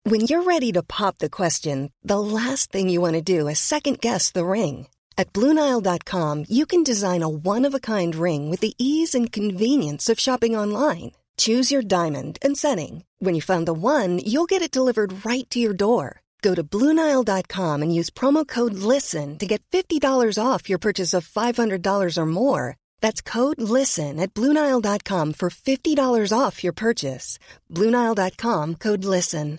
When you're ready to pop the question, the last thing you want to do is second-guess the ring. At BlueNile.com, you can design a one-of-a-kind ring with the ease and convenience of shopping online. Choose your diamond and setting. When you find the one, you'll get it delivered right to your door. Go to BlueNile.com and use promo code LISTEN to get $50 off your purchase of $500 or more. That's code LISTEN at BlueNile.com for $50 off your purchase. BlueNile.com, code LISTEN.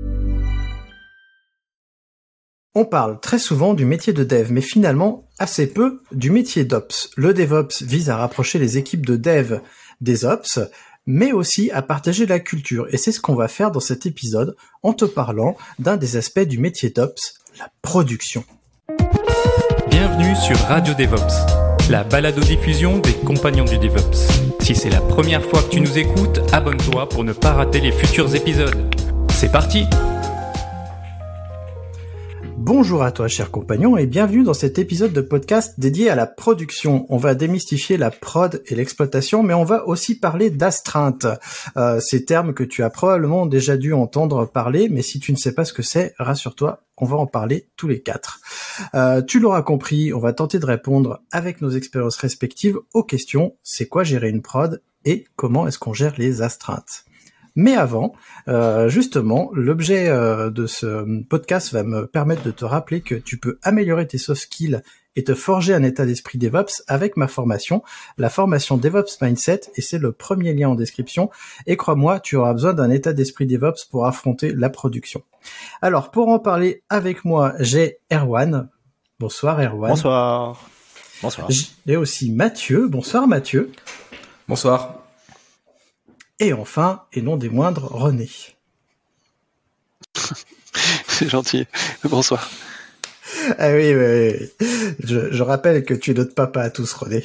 On parle très souvent du métier de dev, mais finalement assez peu du métier d'ops. Le DevOps vise à rapprocher les équipes de dev des ops, mais aussi à partager la culture. Et c'est ce qu'on va faire dans cet épisode en te parlant d'un des aspects du métier d'ops, la production. Bienvenue sur Radio DevOps, la balado-diffusion des compagnons du DevOps. Si c'est la première fois que tu nous écoutes, abonne-toi pour ne pas rater les futurs épisodes. C'est parti! Bonjour à toi, cher compagnon, et bienvenue dans cet épisode de podcast dédié à la production. On va démystifier la prod et l'exploitation, mais on va aussi parler d'astreinte. Ces termes que tu as probablement déjà dû entendre parler, mais si tu ne sais pas ce que c'est, rassure-toi, on va en parler tous les quatre. Tu l'auras compris, on va tenter de répondre avec nos expériences respectives aux questions « C'est quoi gérer une prod ?» et « Comment est-ce qu'on gère les astreintes ?» Mais avant, justement, l'objet de ce podcast va me permettre de te rappeler que tu peux améliorer tes soft skills et te forger un état d'esprit DevOps avec ma formation, la formation DevOps Mindset, et c'est le premier lien en description. Et crois-moi, tu auras besoin d'un état d'esprit DevOps pour affronter la production. Alors, pour en parler avec moi, j'ai Erwan. Bonsoir Erwan. Bonsoir. Bonsoir. J'ai aussi Mathieu. Bonsoir Mathieu. Bonsoir. Et enfin, et non des moindres, René. C'est gentil. Bonsoir. Ah oui. Je rappelle que tu es notre papa à tous, René.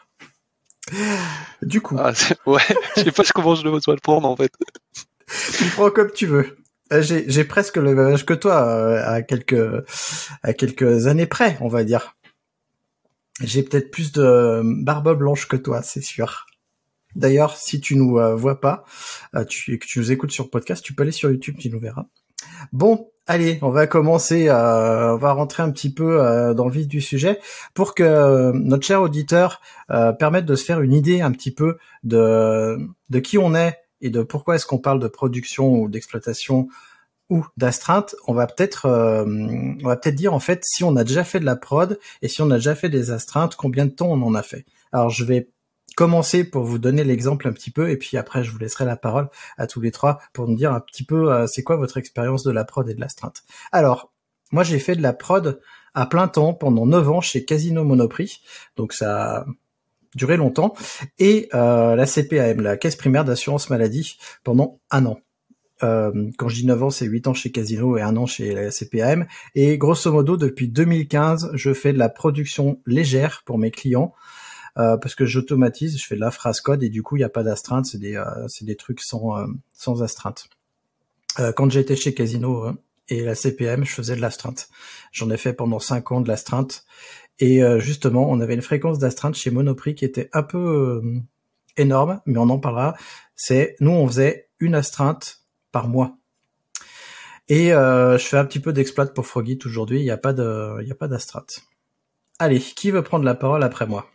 Du coup. Ouais, je sais pas comment je dois le prendre, en fait. Tu le prends comme tu veux. J'ai presque le même âge que toi, à quelques années près, on va dire. J'ai peut-être plus de barbe blanche que toi, c'est sûr. D'ailleurs, si tu nous vois pas, que tu nous écoutes sur podcast, tu peux aller sur YouTube, tu nous verras. Bon, allez, on va commencer, on va rentrer un petit peu dans le vif du sujet pour que notre cher auditeur permette de se faire une idée un petit peu de qui on est et de pourquoi est-ce qu'on parle de production ou d'exploitation ou d'astreinte. On va peut-être dire en fait si on a déjà fait de la prod et si on a déjà fait des astreintes, combien de temps on en a fait. Alors je vais commencer pour vous donner l'exemple un petit peu et puis après je vous laisserai la parole à tous les trois pour me dire un petit peu c'est quoi votre expérience de la prod et de l'astreinte. Alors, moi j'ai fait de la prod à plein temps pendant 9 ans chez Casino Monoprix, donc ça a duré longtemps, et la CPAM, la Caisse primaire d'assurance maladie, pendant 1 an. Quand je dis 9 ans, c'est 8 ans chez Casino et 1 an chez la CPAM, et grosso modo depuis 2015, je fais de la production légère pour mes clients, parce que j'automatise, je fais de la phrase code et du coup il n'y a pas d'astreinte, c'est des trucs sans astreinte. Quand j'étais chez Casino et la CPM, je faisais de l'astreinte. J'en ai fait pendant 5 ans de l'astreinte et justement on avait une fréquence d'astreinte chez Monoprix qui était un peu énorme, mais on en parlera. Nous on faisait une astreinte par mois. Et je fais un petit peu d'exploit pour Frogit aujourd'hui, il n'y a pas d'astreinte. Allez, qui veut prendre la parole après moi?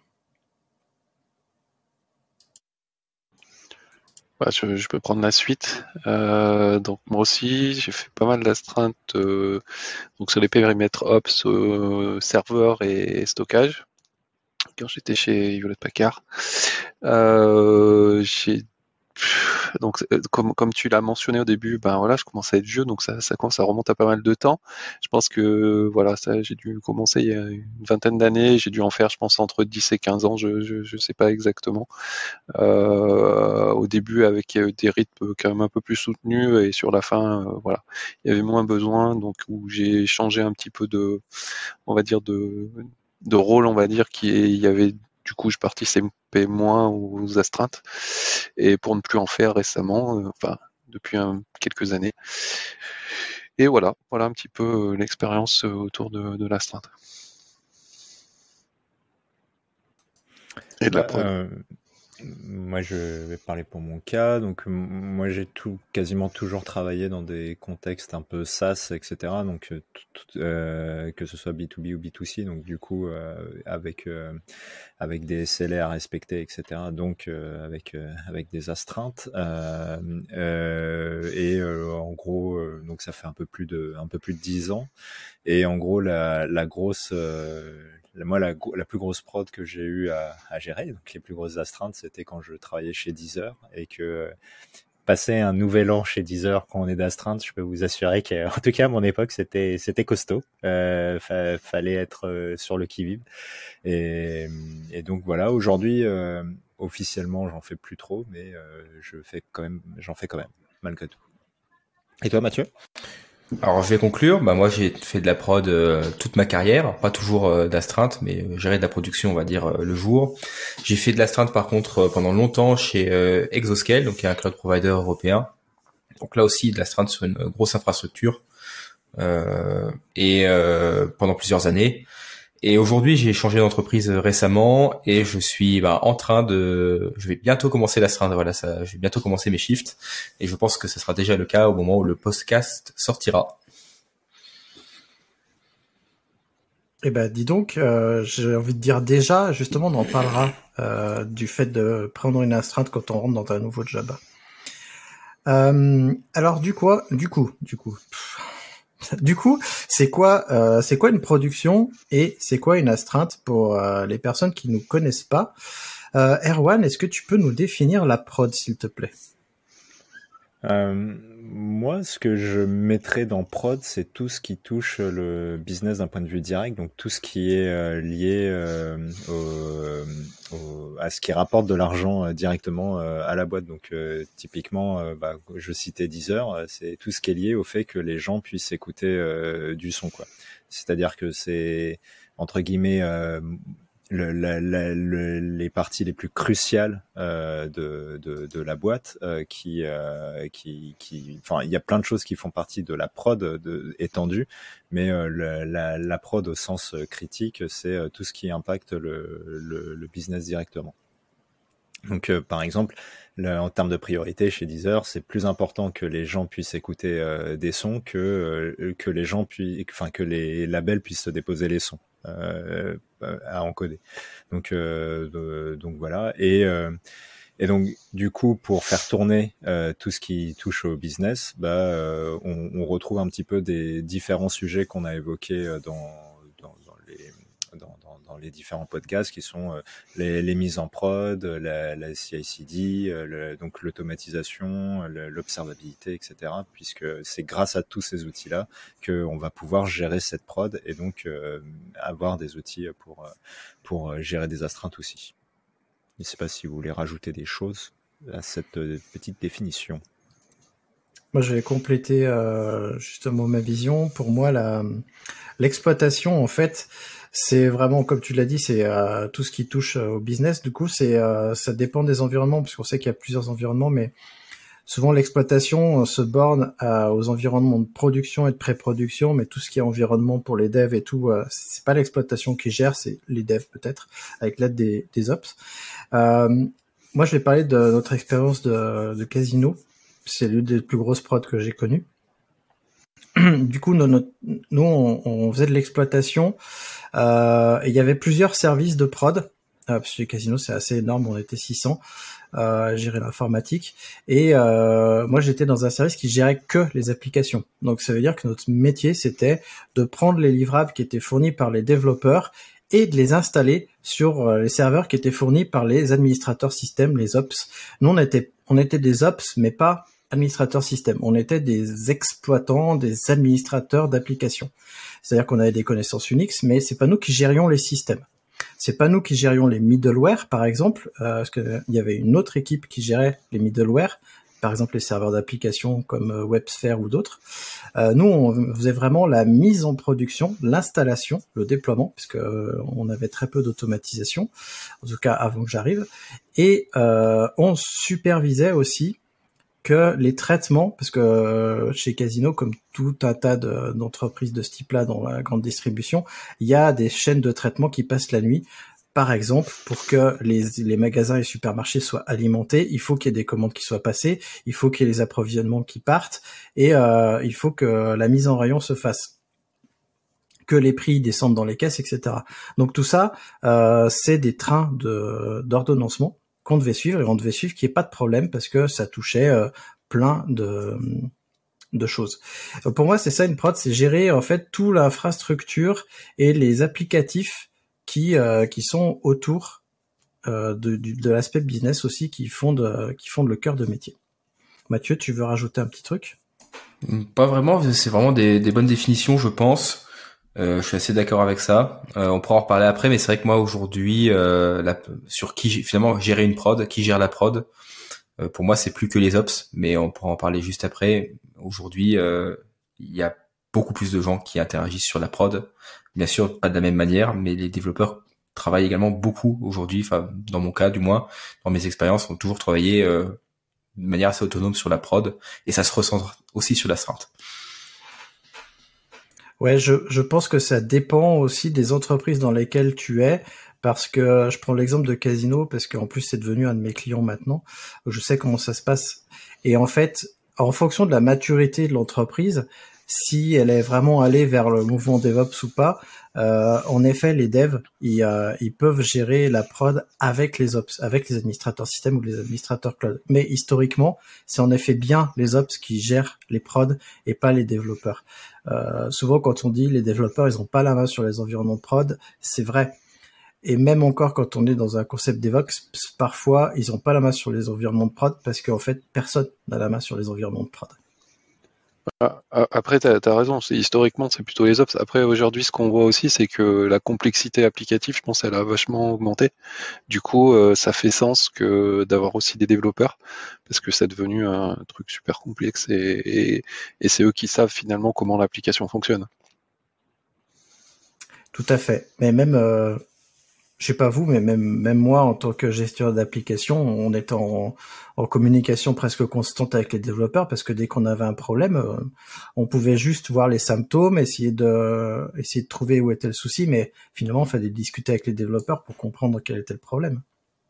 Je peux prendre la suite. Donc moi aussi, j'ai fait pas mal d'astreintes donc sur les périmètres Ops, serveur et stockage. Quand j'étais chez Hewlett-Packard, donc comme tu l'as mentionné au début, je commençais à être vieux, donc ça remonte à pas mal de temps. Je pense que j'ai dû commencer il y a une vingtaine d'années, j'ai dû en faire je pense entre 10 et 15 ans, je sais pas exactement. Au début avec des rythmes quand même un peu plus soutenus et sur la fin il y avait moins besoin, donc où j'ai changé un petit peu de rôle, il y avait du coup je participais moins aux astreintes et pour ne plus en faire récemment, depuis quelques années. Et voilà un petit peu l'expérience autour de l'astreinte. Et de la prod. Moi, je vais parler pour mon cas. Donc, moi, j'ai quasiment toujours travaillé dans des contextes un peu SaaS, etc. Donc, que ce soit B2B ou B2C. Donc, du coup, avec des SLA à respecter, etc. Donc, avec des astreintes. En gros, donc ça fait un peu plus de 10 ans. Et en gros, la grosse la plus grosse prod que j'ai eu à gérer, donc les plus grosses astreintes, c'était quand je travaillait chez Deezer et que passer un nouvel an chez Deezer quand on est d'astreinte, je peux vous assurer qu'en tout cas à mon époque c'était costaud. Fallait être sur le qui-vive et donc voilà. Aujourd'hui, officiellement, j'en fais plus trop, mais j'en fais quand même malgré tout. Et toi, Mathieu? Alors je vais conclure. Bah moi j'ai fait de la prod toute ma carrière, pas toujours d'astreinte, mais gérer de la production on va dire le jour. J'ai fait de l'astreinte par contre pendant longtemps chez Exoscale, donc qui est un cloud provider européen. Donc là aussi de l'astreinte sur une grosse infrastructure pendant plusieurs années. Et aujourd'hui j'ai changé d'entreprise récemment et je suis je vais bientôt commencer l'astreinte. Voilà, je vais bientôt commencer mes shifts et je pense que ce sera déjà le cas au moment où le podcast sortira. Eh ben, dis donc, j'ai envie de dire déjà, justement, on en parlera du fait de prendre une astreinte quand on rentre dans un nouveau job. Alors du coup, c'est quoi une production et c'est quoi une astreinte pour les personnes qui nous connaissent pas? Erwan, est-ce que tu peux nous définir la prod, s'il te plaît? Moi, ce que je mettrais dans prod, c'est tout ce qui touche le business d'un point de vue direct, donc tout ce qui est lié à ce qui rapporte de l'argent directement à la boîte. Donc typiquement, je citais Deezer, c'est tout ce qui est lié au fait que les gens puissent écouter du son, quoi. C'est-à-dire que c'est entre guillemets les parties les plus cruciales de la boîte enfin il y a plein de choses qui font partie de la prod étendue, mais la prod au sens critique, c'est tout ce qui impacte le business directement. Donc par exemple, en termes de priorité chez Deezer, c'est plus important que les gens puissent écouter des sons que les gens que les labels puissent se déposer les sons à encoder. Donc voilà. Et donc du coup, pour faire tourner tout ce qui touche au business, on retrouve un petit peu des différents sujets qu'on a évoqués dans les différents podcasts, qui sont les mises en prod, la CI/CD, donc l'automatisation, l'observabilité, etc. Puisque c'est grâce à tous ces outils-là qu'on va pouvoir gérer cette prod et donc avoir des outils pour gérer des astreintes aussi. Je ne sais pas si vous voulez rajouter des choses à cette petite définition. Moi, je vais compléter justement ma vision. Pour moi, l'exploitation, en fait, c'est vraiment, comme tu l'as dit, c'est tout ce qui touche au business. Du coup, ça dépend des environnements, parce qu'on sait qu'il y a plusieurs environnements, mais souvent l'exploitation se borne aux environnements de production et de pré-production, mais tout ce qui est environnement pour les devs et tout, c'est pas l'exploitation qui gère, c'est les devs peut-être, avec l'aide des ops. Moi, je vais parler de notre expérience de casino. C'est l'une des plus grosses prods que j'ai connues. Du coup, nous, on faisait de l'exploitation. Et il y avait plusieurs services de prod. Parce que les casinos, c'est assez énorme. On était 600 à gérer l'informatique. Et moi, j'étais dans un service qui gérait que les applications. Donc, ça veut dire que notre métier, c'était de prendre les livrables qui étaient fournis par les développeurs et de les installer sur les serveurs qui étaient fournis par les administrateurs système, les ops. Nous, on était des ops, mais pas administrateurs système. On était des exploitants, des administrateurs d'applications. C'est-à-dire qu'on avait des connaissances Unix, mais c'est pas nous qui gérions les systèmes. C'est pas nous qui gérions les middleware, par exemple, parce que il y avait une autre équipe qui gérait les middleware, par exemple les serveurs d'applications comme WebSphere ou d'autres. Nous, on faisait vraiment la mise en production, l'installation, le déploiement, puisque on avait très peu d'automatisation, en tout cas avant que j'arrive, et on supervisait aussi que les traitements, parce que chez Casino, comme tout un tas d'entreprises de ce type-là dans la grande distribution, il y a des chaînes de traitement qui passent la nuit par exemple, pour que les magasins et supermarchés soient alimentés, il faut qu'il y ait des commandes qui soient passées, il faut qu'il y ait les approvisionnements qui partent, et il faut que la mise en rayon se fasse, que les prix descendent dans les caisses, etc. Donc tout ça, c'est des trains d'ordonnancement qu'on devait suivre, et on devait suivre qu'il n'y ait pas de problème, parce que ça touchait plein de choses. Pour moi, c'est ça une prod, c'est gérer en fait toute l'infrastructure et les applicatifs qui sont autour de l'aspect business aussi, qui fondent le cœur de métier. Mathieu, tu veux rajouter un petit truc ? Pas vraiment, c'est vraiment des bonnes définitions, je pense. Je suis assez d'accord avec ça. On pourra en reparler après, mais c'est vrai que moi aujourd'hui, sur qui finalement gérer une prod, qui gère la prod, pour moi c'est plus que les ops, mais on pourra en parler juste après. Aujourd'hui, il y a beaucoup plus de gens qui interagissent sur la prod. Bien sûr, pas de la même manière, mais les développeurs travaillent également beaucoup aujourd'hui. Enfin, dans mon cas, du moins, dans mes expériences, on a toujours travaillé de manière assez autonome sur la prod, et ça se ressent aussi sur l'astreinte. Ouais, je pense que ça dépend aussi des entreprises dans lesquelles tu es, parce que je prends l'exemple de Casino, parce qu'en plus c'est devenu un de mes clients maintenant, je sais comment ça se passe. Et en fait, en fonction de la maturité de l'entreprise, si elle est vraiment allée vers le mouvement DevOps ou pas, en effet, les devs, ils peuvent gérer la prod avec les ops, avec les administrateurs système ou les administrateurs cloud. Mais historiquement, c'est en effet bien les ops qui gèrent les prods et pas les développeurs. Souvent, quand on dit les développeurs, ils ont pas la main sur les environnements de prod, c'est vrai. Et même encore quand on est dans un concept DevOps, parfois, ils ont pas la main sur les environnements de prod parce qu'en fait, personne n'a la main sur les environnements de prod. Après, t'as raison. Historiquement, c'est plutôt les ops. Après, aujourd'hui, ce qu'on voit aussi, c'est que la complexité applicative, je pense, elle a vachement augmenté. Du coup, ça fait sens que d'avoir aussi des développeurs, parce que c'est devenu un truc super complexe et c'est eux qui savent finalement comment l'application fonctionne. Tout à fait. Mais même, je sais pas vous, mais même moi, en tant que gestionnaire d'application, on était en communication presque constante avec les développeurs, parce que dès qu'on avait un problème, on pouvait juste voir les symptômes, essayer de trouver où était le souci, mais finalement, il fallait discuter avec les développeurs pour comprendre quel était le problème.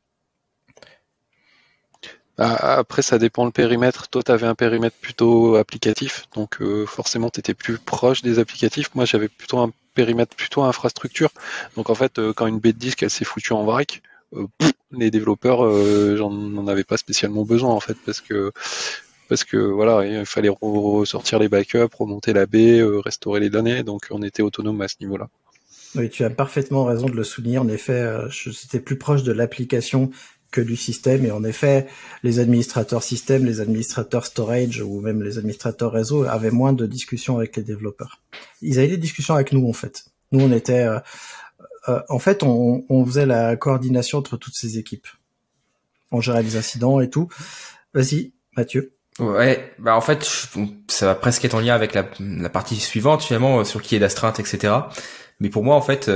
Après, ça dépend le périmètre. Toi, tu avais un périmètre plutôt applicatif, donc forcément, tu étais plus proche des applicatifs. Moi, j'avais plutôt un périmètre plutôt infrastructure. Donc, en fait, quand une baie de disque, elle s'est foutue en vrac, les développeurs, j'en avais pas spécialement besoin, en fait, parce que voilà, il fallait ressortir les backups, remonter la baie, restaurer les données, donc on était autonome à ce niveau-là. Oui, tu as parfaitement raison de le souligner. En effet, c'était plus proche de l'application que du système, et en effet, les administrateurs système, les administrateurs storage ou même les administrateurs réseau avaient moins de discussions avec les développeurs. Ils avaient des discussions avec nous, en fait. Nous, on était, en fait, on faisait la coordination entre toutes ces équipes. On gérait les incidents et tout. Vas-y, Mathieu. Ouais, bah en fait, ça va presque être en lien avec la partie suivante finalement, sur qui est d'astreinte, etc. Mais pour moi, en fait,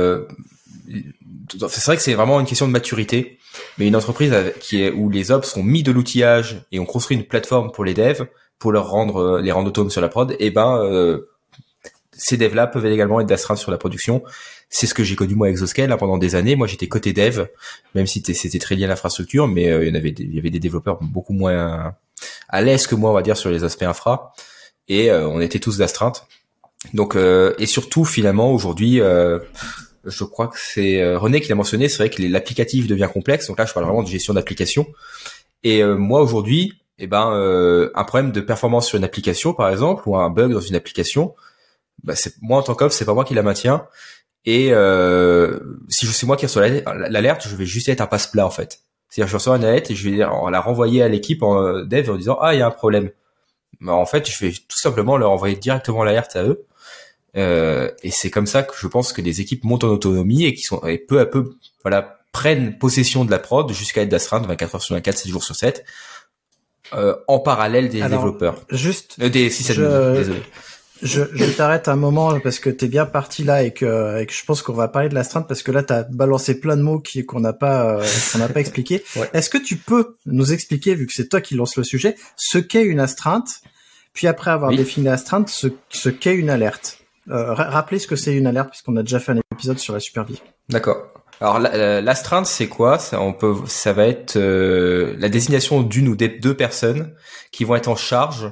c'est vrai que c'est vraiment une question de maturité. Mais une entreprise où les ops ont mis de l'outillage et ont construit une plateforme pour les devs, pour les rendre autonomes sur la prod, et ces devs-là peuvent également être d'astreinte sur la production. C'est ce que j'ai connu moi avec Exoscale pendant des années. Moi, j'étais côté dev, même si c'était très lié à l'infrastructure, mais il y avait des développeurs beaucoup moins à l'aise que moi, on va dire, sur les aspects infra, et on était tous d'astreinte. Donc et surtout finalement aujourd'hui, je crois que c'est René qui l'a mentionné, c'est vrai que l'applicatif devient complexe. Donc là, je parle vraiment de gestion d'application. Et moi aujourd'hui, un problème de performance sur une application, par exemple, ou un bug dans une application, c'est moi en tant qu'ops, c'est pas moi qui la maintiens. Et si c'est moi qui reçois l'alerte, je vais juste être un passe-plat en fait. C'est-à-dire, je reçois une alerte et je vais la renvoyer à l'équipe en dev en disant il y a un problème. En fait, je vais tout simplement leur envoyer directement l'alerte à eux. Et c'est comme ça que je pense que les équipes montent en autonomie et peu à peu, prennent possession de la prod jusqu'à être d'astreinte 24 heures sur 24, 7 jours sur 7, en parallèle des développeurs. Juste, des sysadmins, désolé. Je t'arrête un moment parce que t'es bien parti là et que je pense qu'on va parler de l'astreinte, parce que là t'as balancé plein de mots qu'on n'a pas expliqué. Ouais. Est-ce que tu peux nous expliquer, vu que c'est toi qui lance le sujet, ce qu'est une astreinte, puis après avoir défini l'astreinte, ce qu'est une alerte. Rappelez ce que c'est une alerte, puisqu'on a déjà fait un épisode sur la supervision. D'accord. Alors l'astreinte, c'est quoi? Ça va être la désignation d'une ou des deux personnes qui vont être en charge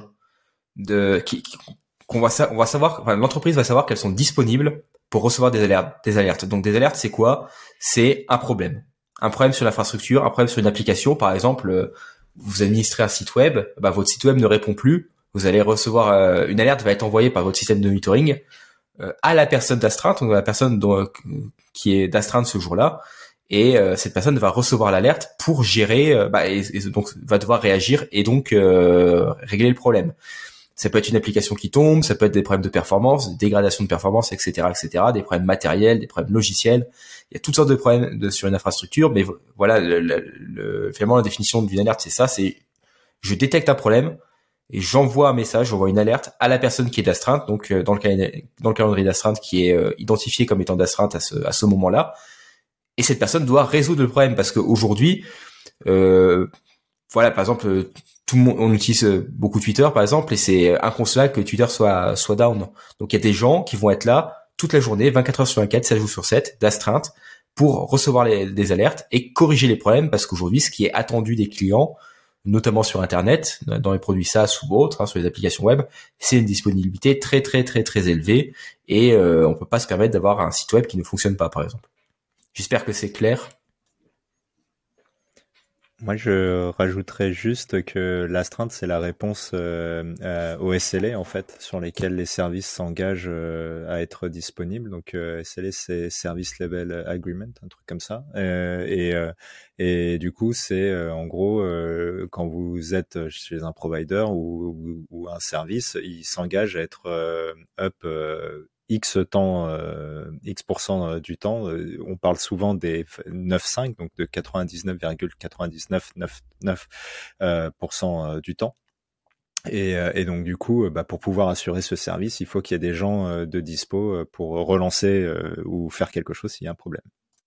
on va savoir, enfin, l'entreprise va savoir qu'elles sont disponibles pour recevoir des alertes. Donc des alertes, c'est quoi? C'est un problème sur l'infrastructure, un problème sur une application. Par exemple, vous administrez un site web, votre site web ne répond plus. Vous allez recevoir une alerte va être envoyée par votre système de monitoring à la personne d'astreinte, donc la personne qui est d'astreinte ce jour-là. Et cette personne va recevoir l'alerte pour gérer, et donc va devoir réagir et donc régler le problème. Ça peut être une application qui tombe, ça peut être des problèmes de performance, des dégradations de performance, etc., des problèmes matériels, des problèmes logiciels. Il y a toutes sortes de problèmes sur une infrastructure, mais voilà, finalement la définition d'une alerte, c'est ça, c'est je détecte un problème et j'envoie un message, j'envoie une alerte à la personne qui est d'astreinte, donc dans le calendrier d'astreinte qui est identifié comme étant d'astreinte à ce moment-là. Et cette personne doit résoudre le problème parce qu'aujourd'hui, par exemple, tout le monde, on utilise beaucoup Twitter par exemple, et c'est inconcevable que Twitter soit down. Donc il y a des gens qui vont être là toute la journée, 24 heures sur 24, 7 jours sur 7, d'astreinte, pour recevoir des alertes et corriger les problèmes, parce qu'aujourd'hui, ce qui est attendu des clients, notamment sur Internet, dans les produits SaaS ou autres, sur les applications web, c'est une disponibilité très très très très élevée, et on peut pas se permettre d'avoir un site web qui ne fonctionne pas, par exemple. J'espère que c'est clair. Moi, je rajouterais juste que l'astreinte, c'est la réponse aux SLA, en fait, sur lesquels les services s'engagent à être disponibles. Donc, SLA, c'est Service Level Agreement, un truc comme ça. Et du coup, c'est en gros, quand vous êtes chez un provider ou un service, il s'engage à être up X% du temps. On parle souvent des 9/5, donc de 99,9999% du temps. Et donc du coup, pour pouvoir assurer ce service, il faut qu'il y ait des gens de dispo pour relancer ou faire quelque chose s'il y a un problème.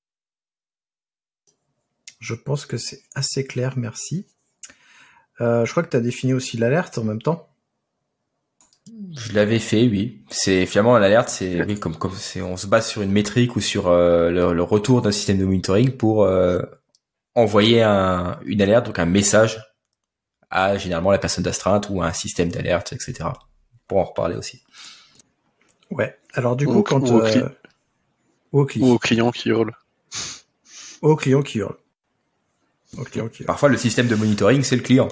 Je pense que c'est assez clair, merci. Je crois que tu as défini aussi l'alerte en même temps. Je l'avais fait, oui. C'est finalement l'alerte, c'est oui, comme on se base sur une métrique ou sur le retour d'un système de monitoring pour envoyer une alerte, donc un message à généralement la personne d'astreinte ou à un système d'alerte, etc. Pour en reparler aussi. Ouais. Alors du coup, quand ou au client qui hurle. Au client qui hurle. Parfois, le système de monitoring, c'est le client.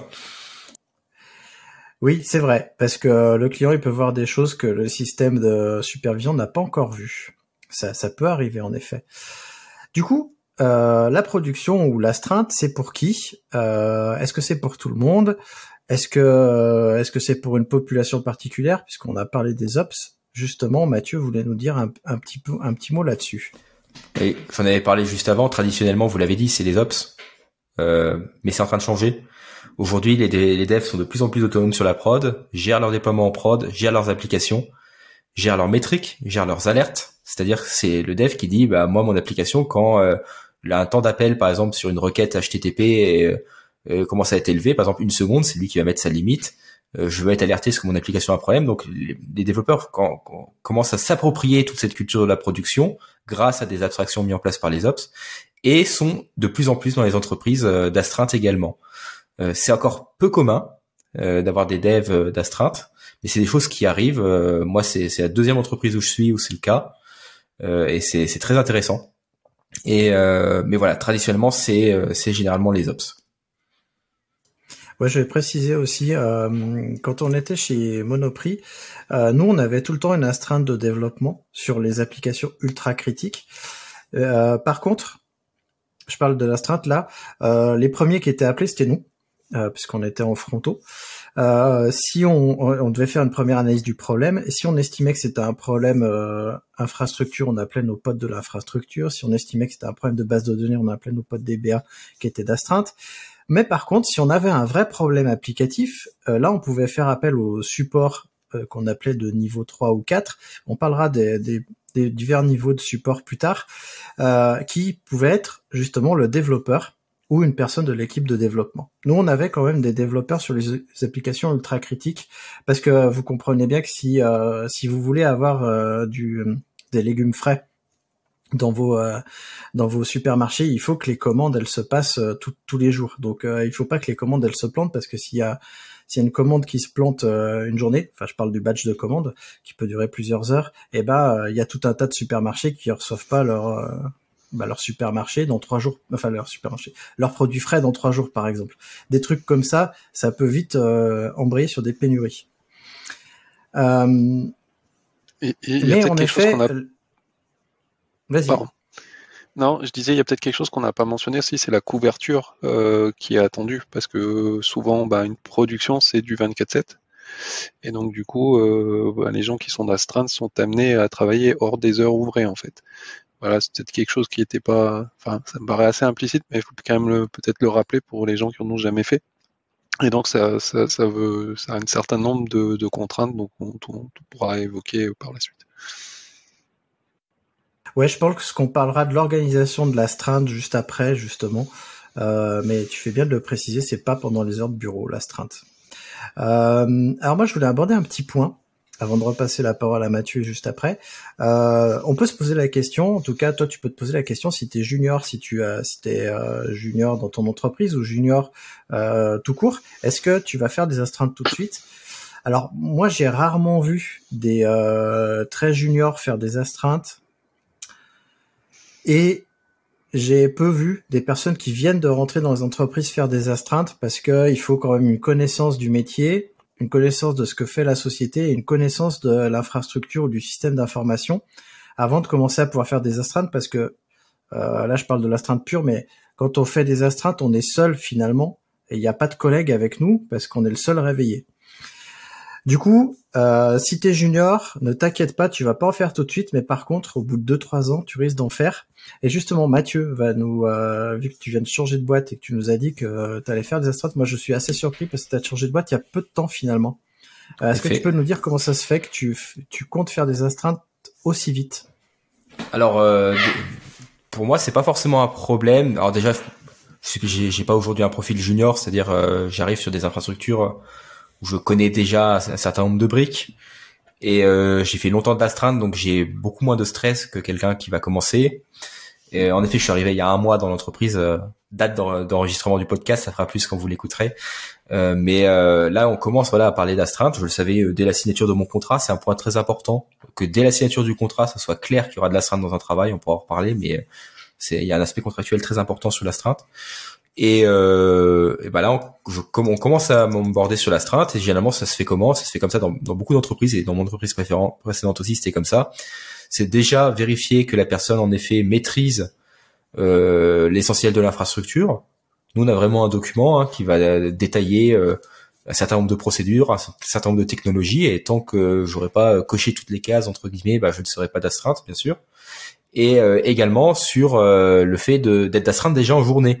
Oui, c'est vrai, parce que le client, il peut voir des choses que le système de supervision n'a pas encore vues. Ça peut arriver, en effet. Du coup, la production ou l'astreinte, c'est pour qui? Est-ce que c'est pour tout le monde? Est-ce que c'est pour une population particulière? Puisqu'on a parlé des ops, justement, Mathieu voulait nous dire un petit mot là-dessus. Oui, j'en avais parlé juste avant. Traditionnellement, vous l'avez dit, c'est les ops, mais c'est en train de changer. Aujourd'hui, les devs sont de plus en plus autonomes sur la prod, gèrent leur déploiement en prod, gèrent leurs applications, gèrent leurs métriques, gèrent leurs alertes. C'est-à-dire que c'est le dev qui dit, moi, mon application, quand un temps d'appel, par exemple, sur une requête HTTP commence à être élevé, par exemple 1 seconde, c'est lui qui va mettre sa limite. Je veux être alerté parce que mon application a un problème. Donc, les développeurs commencent à s'approprier toute cette culture de la production grâce à des abstractions mises en place par les ops et sont de plus en plus dans les entreprises d'astreinte également. C'est encore peu commun d'avoir des devs d'astreinte, mais c'est des choses qui arrivent. Moi, c'est la deuxième entreprise où je suis où c'est le cas, et c'est très intéressant. Mais voilà, traditionnellement, c'est généralement les ops. Ouais, je vais préciser aussi, quand on était chez Monoprix, nous, on avait tout le temps une astreinte de développement sur les applications ultra critiques. Par contre, je parle de l'astreinte là, les premiers qui étaient appelés, c'était nous. Puisqu'on était en frontaux. Si on devait faire une première analyse du problème, et si on estimait que c'était un problème infrastructure, on appelait nos potes de l'infrastructure. Si on estimait que c'était un problème de base de données, on appelait nos potes DBA qui étaient d'astreinte. Mais par contre, si on avait un vrai problème applicatif, là, on pouvait faire appel au support qu'on appelait de niveau 3 ou 4. On parlera des divers niveaux de support plus tard, qui pouvaient être justement le développeur ou une personne de l'équipe de développement. Nous, on avait quand même des développeurs sur les applications ultra critiques, parce que vous comprenez bien que si vous voulez avoir des légumes frais dans vos supermarchés, il faut que les commandes elles se passent tous les jours. Donc il faut pas que les commandes elles se plantent, parce que s'il y a une commande qui se plante une journée, enfin je parle du batch de commande qui peut durer plusieurs heures, et il y a tout un tas de supermarchés qui reçoivent pas leur supermarché dans 3 jours, enfin leurs produits frais dans 3 jours par exemple. Des trucs comme ça peut vite embrayer sur des pénuries. Il y a Mais peut-être en quelque chose effet, qu'on a... vas-y. Pardon. Non, je disais, il y a peut-être quelque chose qu'on n'a pas mentionné aussi, c'est la couverture qui est attendue, parce que souvent, une production, c'est du 24/7, et donc du coup, les gens qui sont d'astreinte sont amenés à travailler hors des heures ouvrées, en fait. Voilà, c'est peut-être quelque chose qui n'était pas... Enfin, ça me paraît assez implicite, mais il faut quand même peut-être le rappeler pour les gens qui en ont jamais fait. Et donc, ça a un certain nombre de contraintes, donc on pourra évoquer par la suite. Ouais, je pense qu'on parlera de l'organisation de l'astreinte juste après, justement. Mais tu fais bien de le préciser, c'est pas pendant les heures de bureau, l'astreinte. Alors moi, je voulais aborder un petit point avant de repasser la parole à Mathieu juste après. On peut se poser la question, en tout cas, toi, tu peux te poser la question si t'es junior, si t'es junior dans ton entreprise ou junior tout court, est-ce que tu vas faire des astreintes tout de suite? Alors moi, j'ai rarement vu des très juniors faire des astreintes. Et j'ai peu vu des personnes qui viennent de rentrer dans les entreprises faire des astreintes, parce que il faut quand même une connaissance du métier, une connaissance de ce que fait la société et une connaissance de l'infrastructure ou du système d'information avant de commencer à pouvoir faire des astreintes, parce que là je parle de l'astreinte pure, mais quand on fait des astreintes, on est seul finalement et il n'y a pas de collègues avec nous parce qu'on est le seul réveillé. Du coup, si t'es junior, ne t'inquiète pas, tu vas pas en faire tout de suite, mais par contre, au bout de 2-3 ans, tu risques d'en faire. Et justement, Mathieu va nous, vu que tu viens de changer de boîte et que tu nous as dit que tu allais faire des astreintes, moi je suis assez surpris parce que tu as changé de boîte il y a peu de temps finalement. Est-ce que tu peux nous dire comment ça se fait que tu comptes faire des astreintes aussi vite? Alors, pour moi, c'est pas forcément un problème. Alors déjà, j'ai pas aujourd'hui un profil junior, c'est-à-dire j'arrive sur des infrastructures où je connais déjà un certain nombre de briques, et j'ai fait longtemps d'astreinte, donc j'ai beaucoup moins de stress que quelqu'un qui va commencer. Et en effet, je suis arrivé il y a 1 mois dans l'entreprise, date d'enregistrement du podcast, ça fera plus quand vous l'écouterez. Mais là, on commence à parler d'astreinte. Je le savais dès la signature de mon contrat, c'est un point très important, que dès la signature du contrat, ça soit clair qu'il y aura de l'astreinte dans un travail. On pourra en reparler, mais il y a un aspect contractuel très important sur l'astreinte. Et là, on commence à m'emborder sur l'astreinte, et généralement ça se fait comment? Ça se fait comme ça dans beaucoup d'entreprises, et dans mon entreprise précédente aussi, c'était comme ça. C'est déjà vérifier que la personne en effet maîtrise l'essentiel de l'infrastructure. Nous, on a vraiment un document qui va détailler un certain nombre de procédures, un certain nombre de technologies, et tant que j'aurais pas coché toutes les cases entre guillemets, je ne serai pas d'astreinte, bien sûr. Et également sur le fait d'être d'astreinte déjà en journée.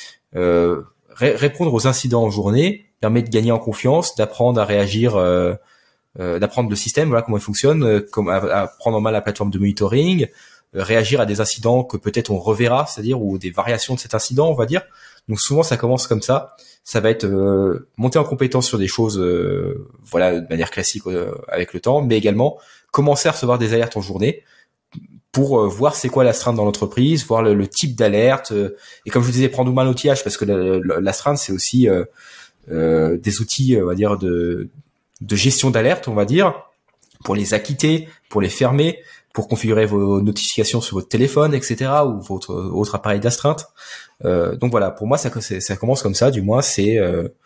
Répondre aux incidents en journée permet de gagner en confiance, d'apprendre à réagir, d'apprendre le système, voilà comment il fonctionne, à prendre en main la plateforme de monitoring, réagir à des incidents que peut-être on reverra, c'est-à-dire ou des variations de cet incident, on va dire. Donc souvent ça commence comme ça. Ça va être monter en compétence sur des choses, de manière classique avec le temps, mais également commencer à recevoir des alertes en journée, pour voir c'est quoi l'astreinte dans l'entreprise, voir le type d'alerte, et comme je vous disais, prendre main l'outillage, parce que l'astreinte c'est aussi des outils, on va dire, de gestion d'alerte, on va dire, pour les acquitter, pour les fermer, pour configurer vos notifications sur votre téléphone, etc., ou votre autre appareil d'astreinte. Donc voilà, pour moi ça commence comme ça, du moins c'est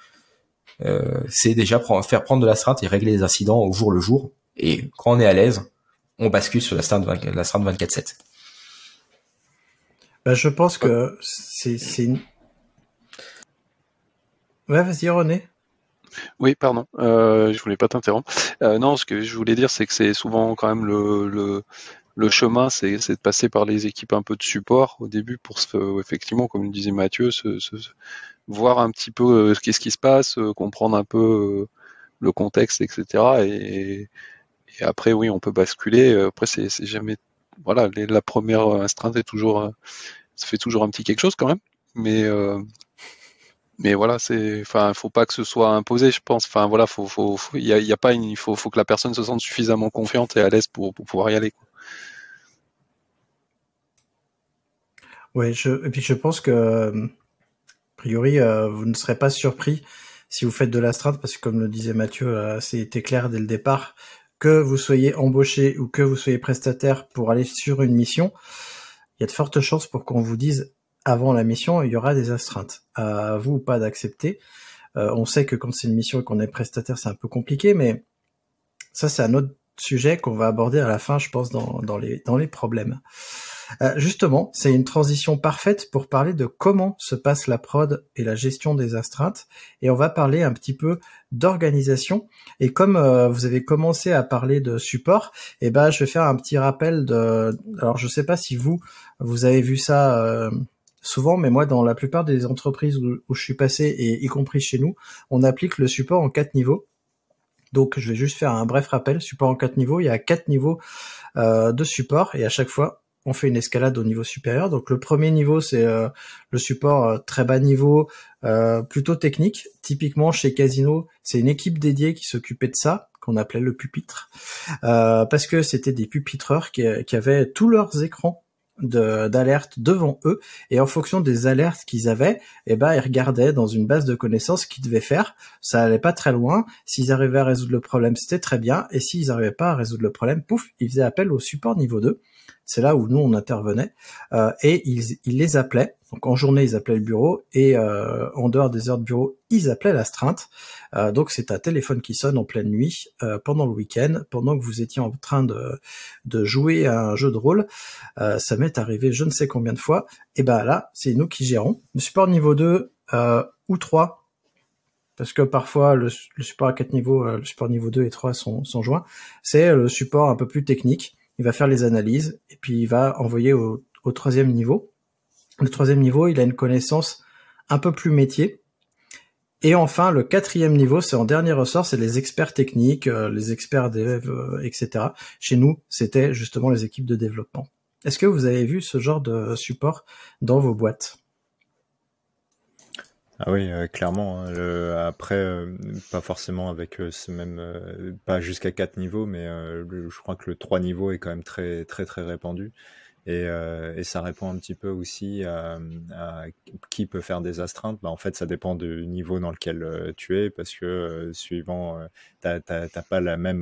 déjà faire prendre de l'astreinte et régler les incidents au jour le jour, et quand on est à l'aise, on bascule sur l'astreinte 24/7. Je pense que c'est une... Ouais, vas-y René. Oui, pardon, je voulais pas t'interrompre. Non, ce que je voulais dire, c'est que c'est souvent quand même le chemin, c'est de passer par les équipes un peu de support au début pour effectivement, comme le disait Mathieu, voir un petit peu qu'est-ce qui se passe, comprendre un peu le contexte, etc. Et après, oui, on peut basculer. Après, c'est jamais, voilà, la première astreinte est toujours, ça fait toujours un petit quelque chose quand même. Mais voilà, faut pas que ce soit imposé, je pense. Enfin, voilà, y a pas il faut que la personne se sente suffisamment confiante et à l'aise pour pouvoir y aller, quoi. Ouais, et puis je pense que, a priori, vous ne serez pas surpris si vous faites de l'astreinte, parce que comme le disait Mathieu, c'était clair dès le départ, que vous soyez embauché ou que vous soyez prestataire pour aller sur une mission, il y a de fortes chances pour qu'on vous dise avant la mission, il y aura des astreintes. À vous ou pas d'accepter. On sait que quand c'est une mission et qu'on est prestataire, c'est un peu compliqué, mais ça, c'est un autre sujet qu'on va aborder à la fin, je pense, dans les problèmes. Justement, c'est une transition parfaite pour parler de comment se passe la prod et la gestion des astreintes, et on va parler un petit peu d'organisation. Et comme vous avez commencé à parler de support, je vais faire un petit rappel alors je sais pas si vous avez vu ça souvent, mais moi, dans la plupart des entreprises où je suis passé, et y compris chez nous, on applique le support en 4 niveaux. Donc, je vais juste faire un bref rappel. Support en 4 niveaux, il y a 4 niveaux de support, et à chaque fois, on fait une escalade au niveau supérieur. Donc, le premier niveau, c'est le support très bas niveau, plutôt technique. Typiquement, chez Casino, c'est une équipe dédiée qui s'occupait de ça, qu'on appelait le pupitre, parce que c'était des pupitreurs qui avaient tous leurs écrans d'alerte devant eux, et en fonction des alertes qu'ils avaient, ils regardaient dans une base de connaissances ce qu'ils devaient faire. Ça allait pas très loin. S'ils arrivaient à résoudre le problème, c'était très bien, et s'ils n'arrivaient pas à résoudre le problème, pouf, ils faisaient appel au support niveau 2. C'est là où nous on intervenait, et ils les appelaient. Donc en journée ils appelaient le bureau, et en dehors des heures de bureau ils appelaient l'astreinte. Donc c'est un téléphone qui sonne en pleine nuit pendant le week-end, pendant que vous étiez en train de jouer à un jeu de rôle. Ça m'est arrivé je ne sais combien de fois. Et là c'est nous qui gérons. Le support niveau 2 ou 3, parce que parfois le support à 4 niveaux, le support niveau 2 et 3 sont joints. C'est le support un peu plus technique. Il va faire les analyses, et puis il va envoyer au 3e niveau. Le 3e niveau, il a une connaissance un peu plus métier. Et enfin, le 4e niveau, c'est en dernier ressort, c'est les experts techniques, les experts dev, etc. Chez nous, c'était justement les équipes de développement. Est-ce que vous avez vu ce genre de support dans vos boîtes ? Ah oui, clairement. Après, pas forcément avec ce même, pas jusqu'à 4 niveaux, mais je crois que le 3 niveaux est quand même très très très répandu. Et ça répond un petit peu aussi à qui peut faire des astreintes. En fait, ça dépend du niveau dans lequel tu es, parce que suivant, t'as pas la même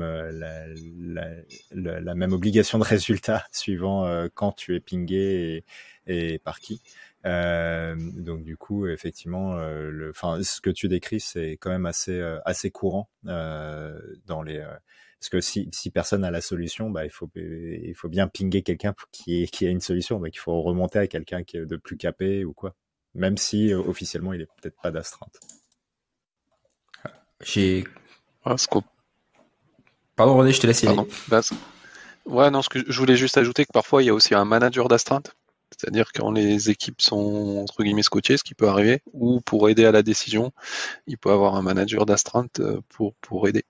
la même obligation de résultat suivant quand tu es pingé et par qui. Donc du coup, effectivement, ce que tu décris, c'est quand même assez courant dans les. Parce que si personne n'a la solution, il faut bien pinguer quelqu'un qui a une solution. Donc il faut remonter à quelqu'un qui est de plus capé ou quoi. Même si officiellement il est peut-être pas d'astreinte. Pardon René, je te laisse y aller. Ouais, non, ce que je voulais juste ajouter que parfois il y a aussi un manager d'astreinte. C'est-à-dire quand les équipes sont entre guillemets scotchées, ce qui peut arriver, ou pour aider à la décision, il peut avoir un manager d'astreinte pour aider.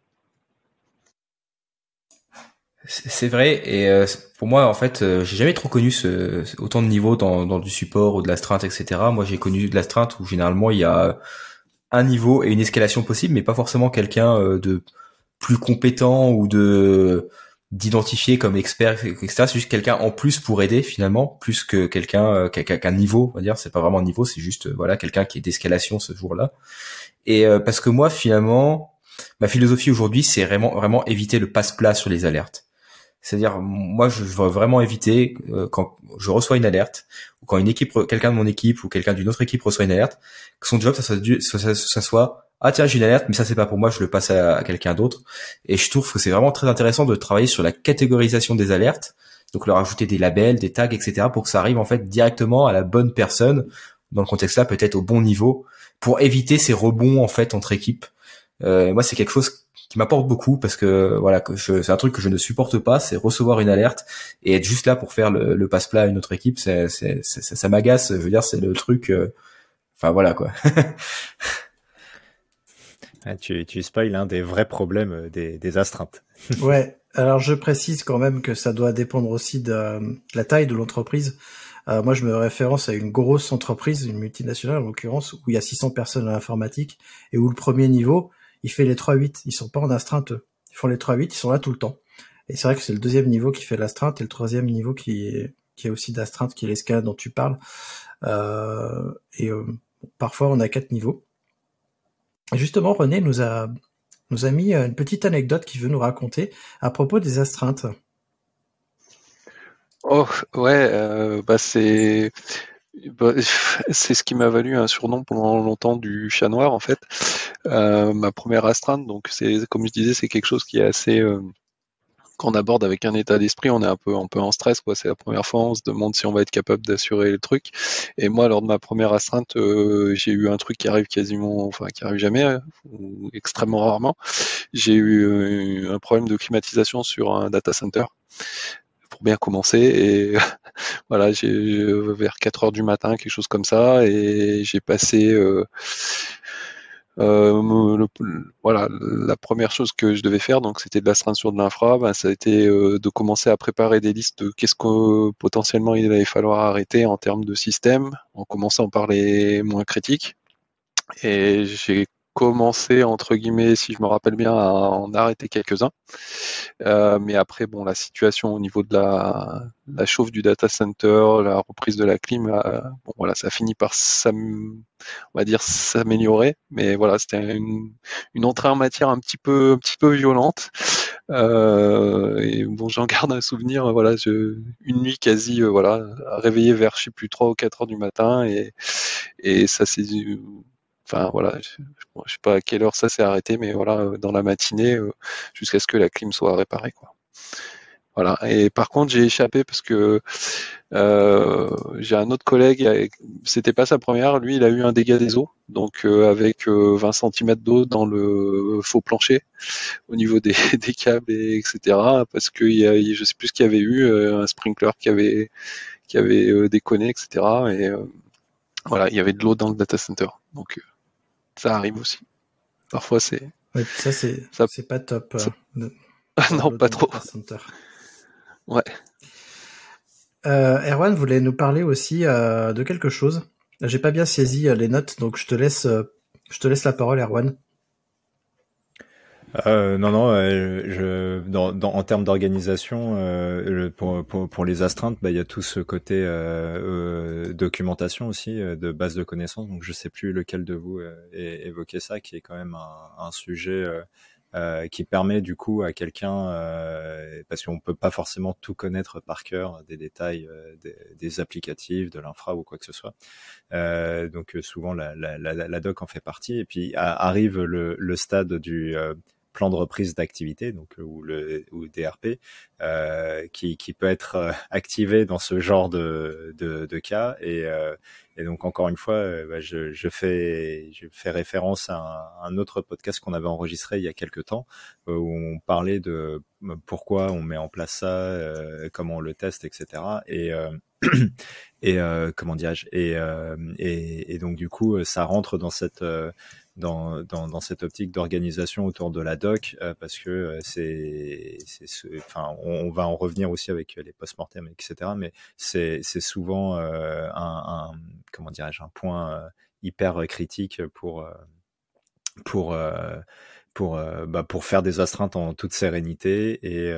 C'est vrai, et pour moi en fait j'ai jamais trop connu autant de niveaux dans du support ou de l'astreinte, etc. Moi j'ai connu de l'astreinte où généralement il y a un niveau et une escalation possible, mais pas forcément quelqu'un de plus compétent ou d'identifier comme expert, etc. C'est juste quelqu'un en plus pour aider finalement, plus que quelqu'un qu'un niveau, on va dire. C'est pas vraiment un niveau, c'est juste quelqu'un qui est d'escalation ce jour-là. Et parce que moi finalement, ma philosophie aujourd'hui, c'est vraiment éviter le passe-plat sur les alertes. C'est-à-dire, moi, je veux vraiment éviter quand je reçois une alerte ou quand quelqu'un de mon équipe ou quelqu'un d'une autre équipe reçoit une alerte, que son job ça soit ah tiens j'ai une alerte mais ça c'est pas pour moi, je le passe à quelqu'un d'autre. Et je trouve que c'est vraiment très intéressant de travailler sur la catégorisation des alertes, donc leur ajouter des labels, des tags, etc. pour que ça arrive en fait directement à la bonne personne dans le contexte là, peut-être au bon niveau, pour éviter ces rebonds en fait entre équipes. Moi c'est quelque chose qui m'apporte beaucoup parce que c'est un truc que je ne supporte pas, c'est recevoir une alerte et être juste là pour faire le passe-plat à une autre équipe, ça m'agace. Je veux dire, c'est le truc. Enfin voilà quoi. Tu spoil un des vrais problèmes des astreintes. Ouais. Alors je précise quand même que ça doit dépendre aussi de la taille de l'entreprise. Moi, je me référence à une grosse entreprise, une multinationale en l'occurrence, où il y a 600 personnes à l'informatique et où le premier niveau, il fait les 3-8. Ils sont pas en astreinte, eux. Ils font les 3-8, ils sont là tout le temps. Et c'est vrai que c'est le 2e niveau qui fait l'astreinte et le 3e niveau qui qui est aussi d'astreinte, qui est l'escalade dont tu parles. Parfois, on a 4 niveaux. Et justement, René nous a mis une petite anecdote qu'il veut nous raconter à propos des astreintes. Oh, ouais, c'est ce qui m'a valu un surnom pendant longtemps du chat noir, en fait. Ma première astreinte, donc c'est, comme je disais, c'est quelque chose qui est assez qu'on aborde avec un état d'esprit, on est un peu en stress, quoi. C'est la première fois, on se demande si on va être capable d'assurer le truc. Et moi, lors de ma première astreinte, j'ai eu un truc qui arrive qui arrive jamais, ou extrêmement rarement. J'ai eu un problème de climatisation sur un data center, pour bien commencer, et voilà, vers 4 heures du matin, quelque chose comme ça, et j'ai passé voilà, la première chose que je devais faire, donc c'était de l'astreinte sur de l'infra, ça a été de commencer à préparer des listes de qu'est-ce que potentiellement il allait falloir arrêter en termes de système, en commençant par les moins critiques. Et j'ai commencé, entre guillemets, si je me rappelle bien, à en arrêter quelques-uns. Mais après, bon, la situation au niveau de la chauffe du data center, la reprise de la clim, bon, voilà, ça finit par on va dire s'améliorer. Mais voilà, c'était une entrée en matière un petit peu violente. Et bon, j'en garde un souvenir. Voilà, une nuit quasi, voilà, réveillé vers je sais plus 3 ou 4 heures du matin, et ça s'est Enfin voilà, je sais pas à quelle heure ça s'est arrêté, mais voilà, dans la matinée, jusqu'à ce que la clim soit réparée, quoi. Voilà. Et par contre, j'ai échappé parce que j'ai un autre collègue, c'était pas sa première, lui il a eu un dégât des eaux, donc avec 20 cm d'eau dans le faux plancher au niveau des câbles, etc. Parce que je sais plus ce qu'il y avait eu, un sprinkler qui avait déconné, etc. Et voilà, il y avait de l'eau dans le data center, donc ça arrive aussi. Parfois, c'est. Oui, c'est pas top. Non, pas trop. Ouais. Erwan voulait nous parler aussi de quelque chose. J'ai pas bien saisi les notes, donc je te laisse la parole, Erwan. En termes d'organisation, pour les astreintes, il y a tout ce côté documentation aussi, de base de connaissances. Donc je sais plus lequel de vous évoquait ça, qui est quand même un sujet qui permet du coup à quelqu'un, parce qu'on peut pas forcément tout connaître par cœur, des détails des applicatifs, de l'infra ou quoi que ce soit. Donc souvent la doc en fait partie, et puis arrive le stade du plan de reprise d'activité, donc ou DRP, qui peut être activé dans ce genre de cas, et donc encore une fois, je fais référence à un autre podcast qu'on avait enregistré il y a quelques temps, où on parlait de pourquoi on met en place ça, comment on le teste, etc. Et comment dirais-je, et donc du coup ça rentre dans cette dans cette optique d'organisation autour de la doc, parce que on va en revenir aussi avec les post-mortem, etc. Mais c'est souvent un point hyper critique pour faire des astreintes en toute sérénité,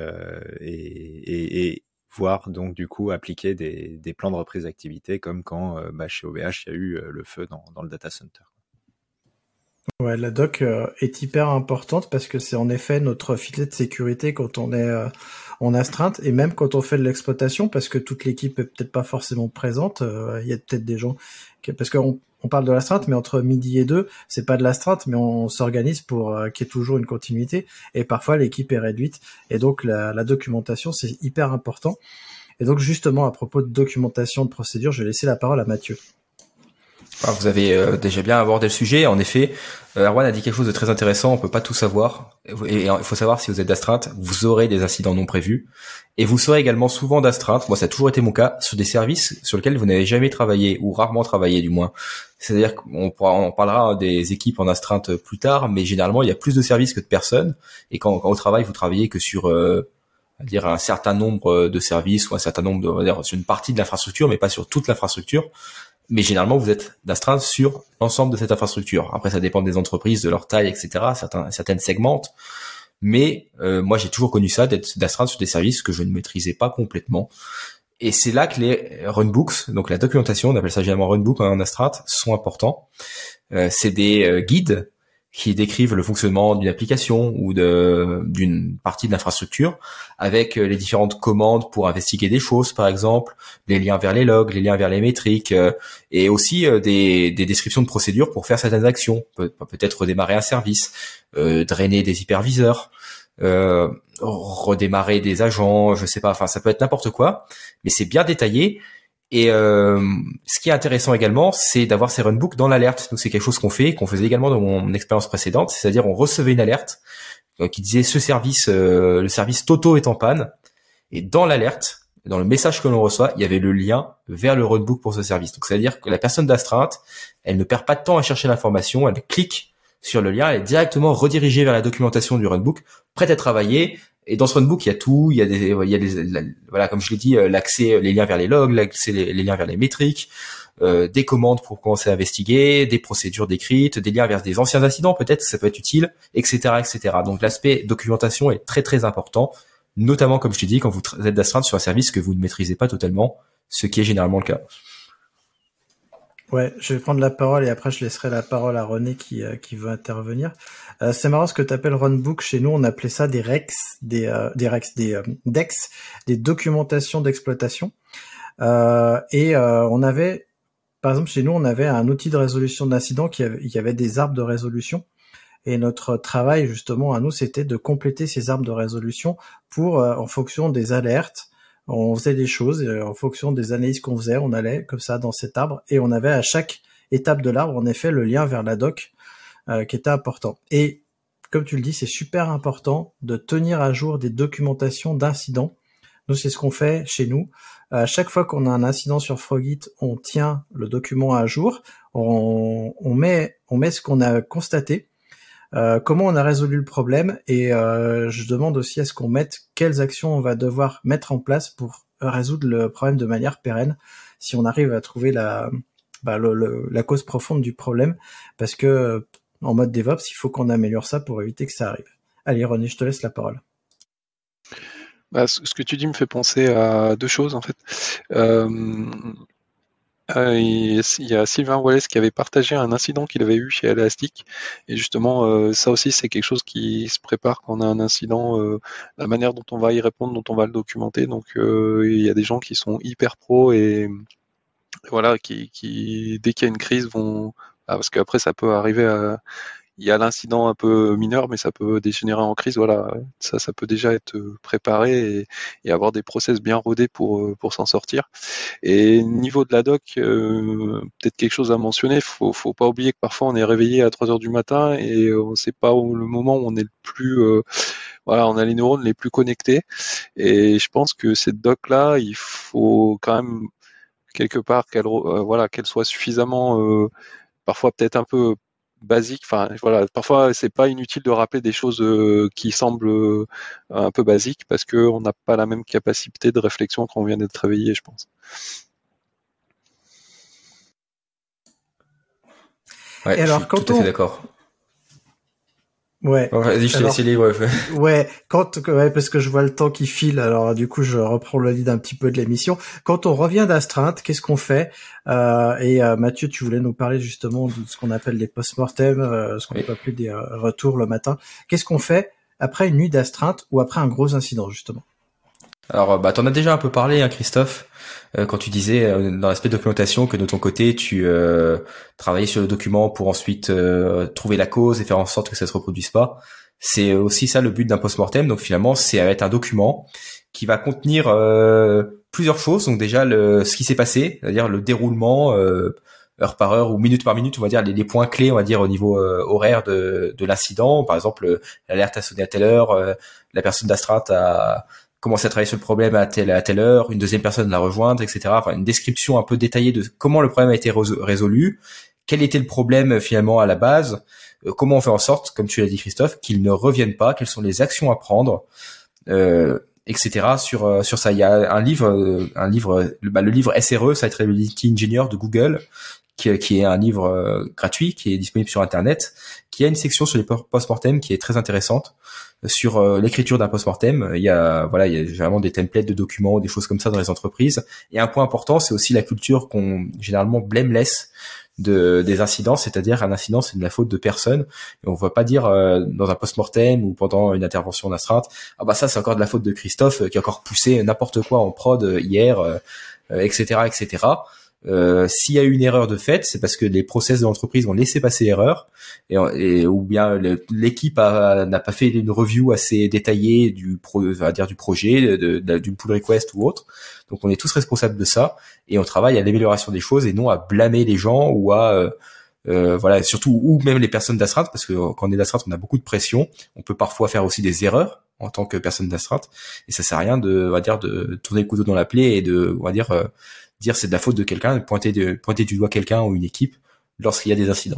et voire donc du coup appliquer des plans de reprise d'activité, comme quand chez OVH il y a eu le feu dans le data center. Ouais, la doc est hyper importante parce que c'est en effet notre filet de sécurité quand on est en astreinte, et même quand on fait de l'exploitation, parce que toute l'équipe est peut-être pas forcément présente. Il y a peut-être des gens parce qu'on parle de l'astreinte, mais entre midi et 2, c'est pas de l'astreinte, mais on s'organise pour qu'il y ait toujours une continuité, et parfois l'équipe est réduite, et donc la documentation c'est hyper important. Et donc justement, à propos de documentation de procédure, je vais laisser la parole à Mathieu. Alors, vous avez déjà bien abordé le sujet. En effet, Erwan a dit quelque chose de très intéressant. On peut pas tout savoir. Et il faut savoir, si vous êtes d'astreinte, vous aurez des incidents non prévus. Et vous serez également souvent d'astreinte. Moi, ça a toujours été mon cas, sur des services sur lesquels vous n'avez jamais travaillé, ou rarement travaillé du moins. C'est-à-dire qu'on parlera des équipes en astreinte plus tard, mais généralement, il y a plus de services que de personnes. Et quand au travail, vous travaillez que sur dire un certain nombre de services, ou un certain nombre sur une partie de l'infrastructure, mais pas sur toute l'infrastructure. Mais généralement, vous êtes d'astreinte sur l'ensemble de cette infrastructure. Après, ça dépend des entreprises, de leur taille, etc. Certaines segmentent. Mais moi, j'ai toujours connu ça, d'être d'astreinte sur des services que je ne maîtrisais pas complètement. Et c'est là que les runbooks, donc la documentation, on appelle ça généralement runbook en astreinte, sont importants. C'est des guides qui décrivent le fonctionnement d'une application ou d'une partie de l'infrastructure, avec les différentes commandes pour investiguer des choses, par exemple, les liens vers les logs, les liens vers les métriques, et aussi des descriptions de procédures pour faire certaines actions, peut-être redémarrer un service, drainer des hyperviseurs, redémarrer des agents, je sais pas, enfin ça peut être n'importe quoi, mais c'est bien détaillé. Et ce qui est intéressant également, c'est d'avoir ces runbooks dans l'alerte. Donc c'est quelque chose qu'on faisait également dans mon expérience précédente, c'est-à-dire on recevait une alerte qui disait ce service, le service Toto est en panne, et dans l'alerte, dans le message que l'on reçoit, il y avait le lien vers le runbook pour ce service. Donc c'est-à-dire que la personne d'astreinte, elle ne perd pas de temps à chercher l'information, elle clique sur le lien, elle est directement redirigée vers la documentation du runbook, prête à travailler. Et dans ce runbook, il y a tout, il y a voilà, comme je l'ai dit, l'accès, les liens vers les logs, l'accès, les liens vers les métriques, des commandes pour commencer à investiguer, des procédures décrites, des liens vers des anciens incidents, peut-être, ça peut être utile, etc., etc. Donc, l'aspect documentation est très, très important, notamment, comme je t'ai dit, quand vous êtes d'astreinte sur un service que vous ne maîtrisez pas totalement, ce qui est généralement le cas. Ouais, je vais prendre la parole et après je laisserai la parole à René qui veut intervenir. C'est marrant ce que tu appelles runbook. Chez nous, on appelait ça des REX, des DEX, des documentations d'exploitation. On avait, par exemple, chez nous, on avait un outil de résolution d'incidents il y avait des arbres de résolution. Et notre travail, justement, à nous, c'était de compléter ces arbres de résolution pour, en fonction des alertes, on faisait des choses et en fonction des analyses qu'on faisait, on allait comme ça dans cet arbre et on avait à chaque étape de l'arbre, en effet, le lien vers la doc qui était important. Et comme tu le dis, c'est super important de tenir à jour des documentations d'incidents. Nous, c'est ce qu'on fait chez nous. À chaque fois qu'on a un incident sur Frogit, on tient le document à jour, on met ce qu'on a constaté, comment on a résolu le problème et je demande aussi à ce qu'on mette quelles actions on va devoir mettre en place pour résoudre le problème de manière pérenne si on arrive à trouver la cause profonde du problème parce que en mode DevOps, il faut qu'on améliore ça pour éviter que ça arrive. Allez René, je te laisse la parole. Ce que tu dis me fait penser à deux choses en fait. Il y a Sylvain Wallace qui avait partagé un incident qu'il avait eu chez Elastic et justement ça aussi c'est quelque chose qui se prépare quand on a un incident, la manière dont on va y répondre, dont on va le documenter. Donc il y a des gens qui sont hyper pros et voilà qui dès qu'il y a une crise vont parce qu'après ça peut arriver à il y a l'incident un peu mineur, mais ça peut dégénérer en crise. Voilà, ça peut déjà être préparé et avoir des process bien rodés pour s'en sortir. Et niveau de la doc, peut-être quelque chose à mentionner. Faut pas oublier que parfois on est réveillé à 3 heures du matin et on sait pas le moment où on est le plus, voilà, on a les neurones les plus connectés. Et je pense que cette doc là, il faut quand même quelque part qu'elle soit suffisamment, parfois peut-être un peu basique, enfin voilà, parfois c'est pas inutile de rappeler des choses qui semblent un peu basiques parce que on n'a pas la même capacité de réflexion quand on vient d'être réveillé, je pense. Ouais, et alors, je suis tout à fait d'accord. Ouais. Bon, vas-y, je te laisse aller. Ouais, parce que je vois le temps qui file. Alors du coup, je reprends le lead un petit peu de l'émission. Quand on revient d'astreinte, qu'est-ce qu'on fait Mathieu, tu voulais nous parler justement de ce qu'on appelle des post-mortem, ce qu'on peut appeler des retours le matin. Qu'est-ce qu'on fait après une nuit d'astreinte ou après un gros incident justement? Alors, t'en as déjà un peu parlé, hein, Christophe, quand tu disais dans l'aspect documentation que de ton côté, tu travaillais sur le document pour ensuite trouver la cause et faire en sorte que ça se reproduise pas. C'est aussi ça le but d'un post-mortem. Donc finalement, c'est être un document qui va contenir plusieurs choses. Donc déjà, ce qui s'est passé, c'est-à-dire le déroulement heure par heure ou minute par minute, on va dire les points clés, on va dire au niveau horaire de l'incident. Par exemple, l'alerte a sonné à telle heure, la personne d'astreinte a commencer à travailler sur le problème à telle heure, une deuxième personne la rejoindre, etc. Enfin, une description un peu détaillée de comment le problème a été résolu, quel était le problème finalement à la base, comment on fait en sorte, comme tu l'as dit Christophe, qu'il ne revienne pas, quelles sont les actions à prendre, etc. sur ça. Il y a un livre, le livre SRE, Site Reliability Engineer de Google, qui est un livre gratuit qui est disponible sur Internet, qui a une section sur les post-mortem qui est très intéressante sur l'écriture d'un post-mortem. Il y a vraiment des templates de documents, des choses comme ça dans les entreprises. Et un point important, c'est aussi la culture qu'on généralement blameless des incidents, c'est-à-dire un incident c'est de la faute de personne, et on va pas dire dans un post-mortem ou pendant une intervention d'astreinte, ah bah ça c'est encore de la faute de Christophe qui a encore poussé n'importe quoi en prod hier, etc. S'il y a eu une erreur de fait, c'est parce que les process de l'entreprise ont laissé passer l'erreur, ou bien l'équipe n'a pas fait une review assez détaillée du projet, d'une pull request ou autre. Donc on est tous responsables de ça, et on travaille à l'amélioration des choses et non à blâmer les gens ou à surtout, ou même les personnes d'astreinte, parce que quand on est d'astreinte, on a beaucoup de pression. On peut parfois faire aussi des erreurs en tant que personne d'astreinte, et ça sert à rien de tourner le couteau dans la plaie et dire c'est de la faute de quelqu'un, pointer du doigt quelqu'un ou une équipe lorsqu'il y a des incidents.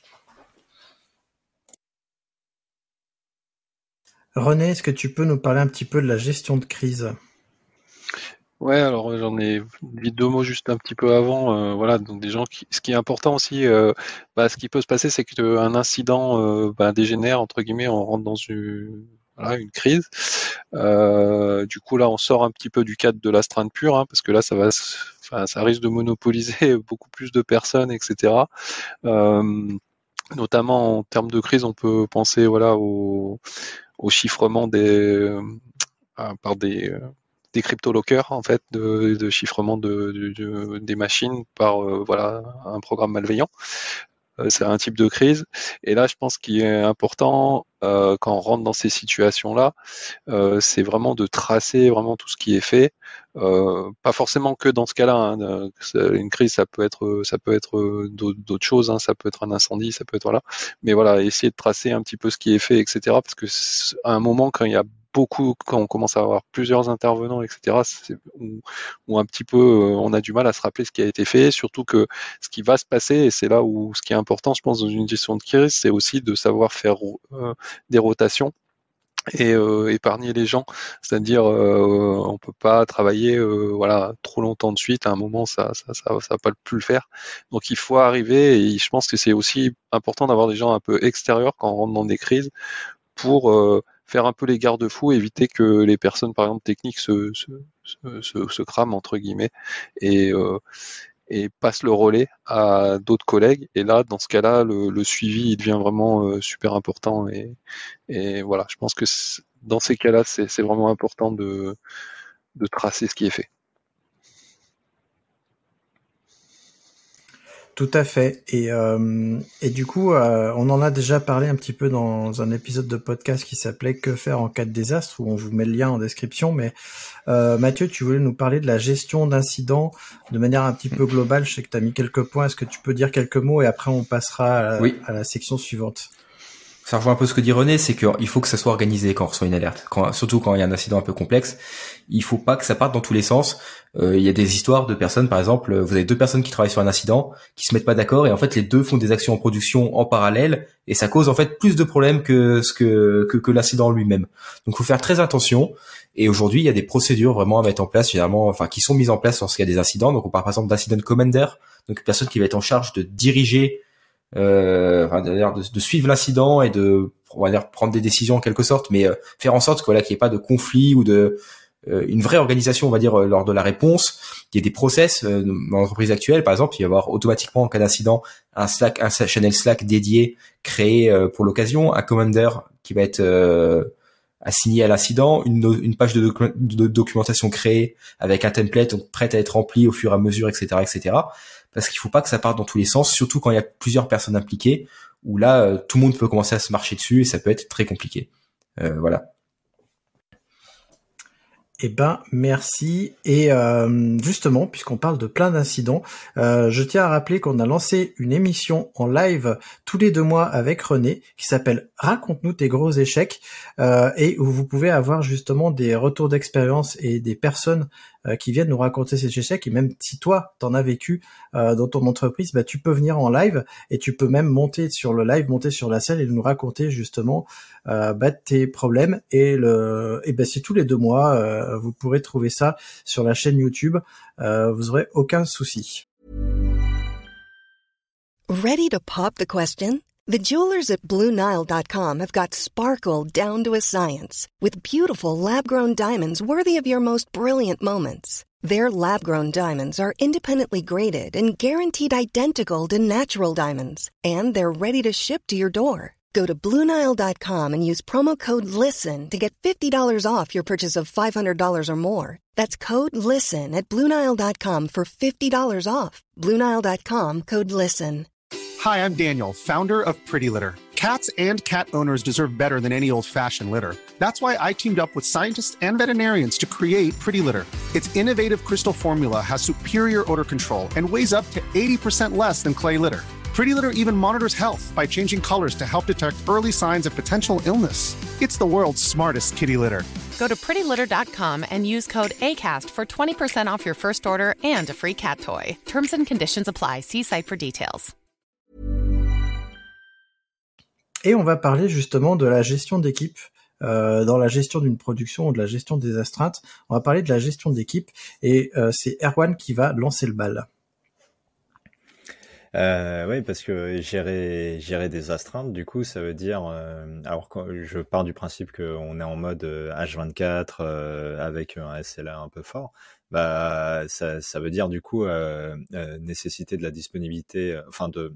René, est-ce que tu peux nous parler un petit peu de la gestion de crise ? Ouais, alors j'en ai dit 2 mots juste un petit peu avant. Donc des gens ce qui est important aussi, ce qui peut se passer, c'est qu'un incident dégénère entre guillemets, on rentre dans une crise. Du coup là, on sort un petit peu du cadre de l'astreinte pure, hein, parce que là, ça risque de monopoliser beaucoup plus de personnes, etc. Notamment en termes de crise, on peut penser au chiffrement par des crypto-lockers en fait, de chiffrement des machines par un programme malveillant. C'est un type de crise. Et là, je pense qu'il est important quand on rentre dans ces situations-là, c'est vraiment de tracer vraiment tout ce qui est fait. Pas forcément que dans ce cas-là. Hein. Une crise, ça peut être d'autres choses. Hein. Ça peut être un incendie, ça peut être Mais voilà, essayer de tracer un petit peu ce qui est fait, etc. Parce que à un moment, quand on commence à avoir plusieurs intervenants, etc., où un petit peu on a du mal à se rappeler ce qui a été fait, surtout que ce qui va se passer, et c'est là où ce qui est important, je pense, dans une gestion de crise, c'est aussi de savoir faire des rotations et épargner les gens, c'est-à-dire on peut pas travailler trop longtemps de suite. À un moment, ça va pas plus le faire. Donc il faut arriver, et je pense que c'est aussi important d'avoir des gens un peu extérieurs quand on rentre dans des crises pour faire un peu les garde-fous, éviter que les personnes, par exemple, techniques se crament, entre guillemets, et passe le relais à d'autres collègues. Et là, dans ce cas-là, le suivi, il devient vraiment super important. Et voilà, je pense que dans ces cas-là, c'est vraiment important de tracer ce qui est fait. Tout à fait. Et du coup, on en a déjà parlé un petit peu dans un épisode de podcast qui s'appelait « Que faire en cas de désastre ?» où on vous met le lien en description. Mais Mathieu, tu voulais nous parler de la gestion d'incidents de manière un petit peu globale. Je sais que tu as mis quelques points. Est-ce que tu peux dire quelques mots et après on passera à la section suivante? Ça rejoint un peu ce que dit René, c'est qu'il faut que ça soit organisé quand on reçoit une alerte. Surtout quand il y a un incident un peu complexe, il faut pas que ça parte dans tous les sens. Il y a des histoires de personnes, par exemple, vous avez 2 personnes qui travaillent sur un incident, qui se mettent pas d'accord, et en fait les 2 font des actions en production en parallèle, et ça cause en fait plus de problèmes que l'incident lui-même. Donc il faut faire très attention. Et aujourd'hui, il y a des procédures vraiment à mettre en place, généralement, qui sont mises en place lorsqu'il y a des incidents. Donc on parle par exemple d'incident commander, donc une personne qui va être en charge de diriger de suivre l'incident et de prendre des décisions en quelque sorte, mais faire en sorte qu'il n'y ait pas de conflit ou de une vraie organisation, on va dire, lors de la réponse. Il y a des process dans l'entreprise actuelle, par exemple, il va y avoir automatiquement en cas d'incident un channel Slack dédié créé pour l'occasion, un commander qui va être assigné à l'incident, une page de documentation créée avec un template prête à être rempli au fur et à mesure, etc. Parce qu'il faut pas que ça parte dans tous les sens, surtout quand il y a plusieurs personnes impliquées, où là, tout le monde peut commencer à se marcher dessus et ça peut être très compliqué. Voilà. Eh ben, merci. Et justement, puisqu'on parle de plein d'incidents, je tiens à rappeler qu'on a lancé une émission en live tous les 2 mois avec René, qui s'appelle « Raconte-nous tes gros échecs », et où vous pouvez avoir justement des retours d'expérience et des personnes qui viennent nous raconter ces échecs. Et même si toi, t'en as vécu dans ton entreprise, tu peux venir en live et tu peux même monter sur le live, monter sur la scène et nous raconter justement tes problèmes. Et c'est tous les 2 mois. Vous pourrez trouver ça sur la chaîne YouTube. Vous aurez aucun souci. Ready to pop the question? The jewelers at BlueNile.com have got sparkle down to a science with beautiful lab-grown diamonds worthy of your most brilliant moments. Their lab-grown diamonds are independently graded and guaranteed identical to natural diamonds, and they're ready to ship to your door. Go to BlueNile.com and use promo code LISTEN to get $50 off your purchase of $500 or more. That's code LISTEN at BlueNile.com for $50 off. BlueNile.com, code LISTEN. Hi, I'm Daniel, founder of Pretty Litter. Cats and cat owners deserve better than any old-fashioned litter. That's why I teamed up with scientists and veterinarians to create Pretty Litter. Its innovative crystal formula has superior odor control and weighs up to 80% less than clay litter. Pretty Litter even monitors health by changing colors to help detect early signs of potential illness. It's the world's smartest kitty litter. Go to prettylitter.com and use code ACAST for 20% off your first order and a free cat toy. Terms and conditions apply. See site for details. Et on va parler justement de la gestion d'équipe. Dans la gestion d'une production ou de la gestion des astreintes, on va parler de la gestion d'équipe et c'est Erwan qui va lancer le bal. Oui, parce que gérer des astreintes, du coup, ça veut dire, alors quand je pars du principe qu'on est en mode H24 avec un SLA un peu fort, bah ça veut dire du coup nécessité de la disponibilité, enfin de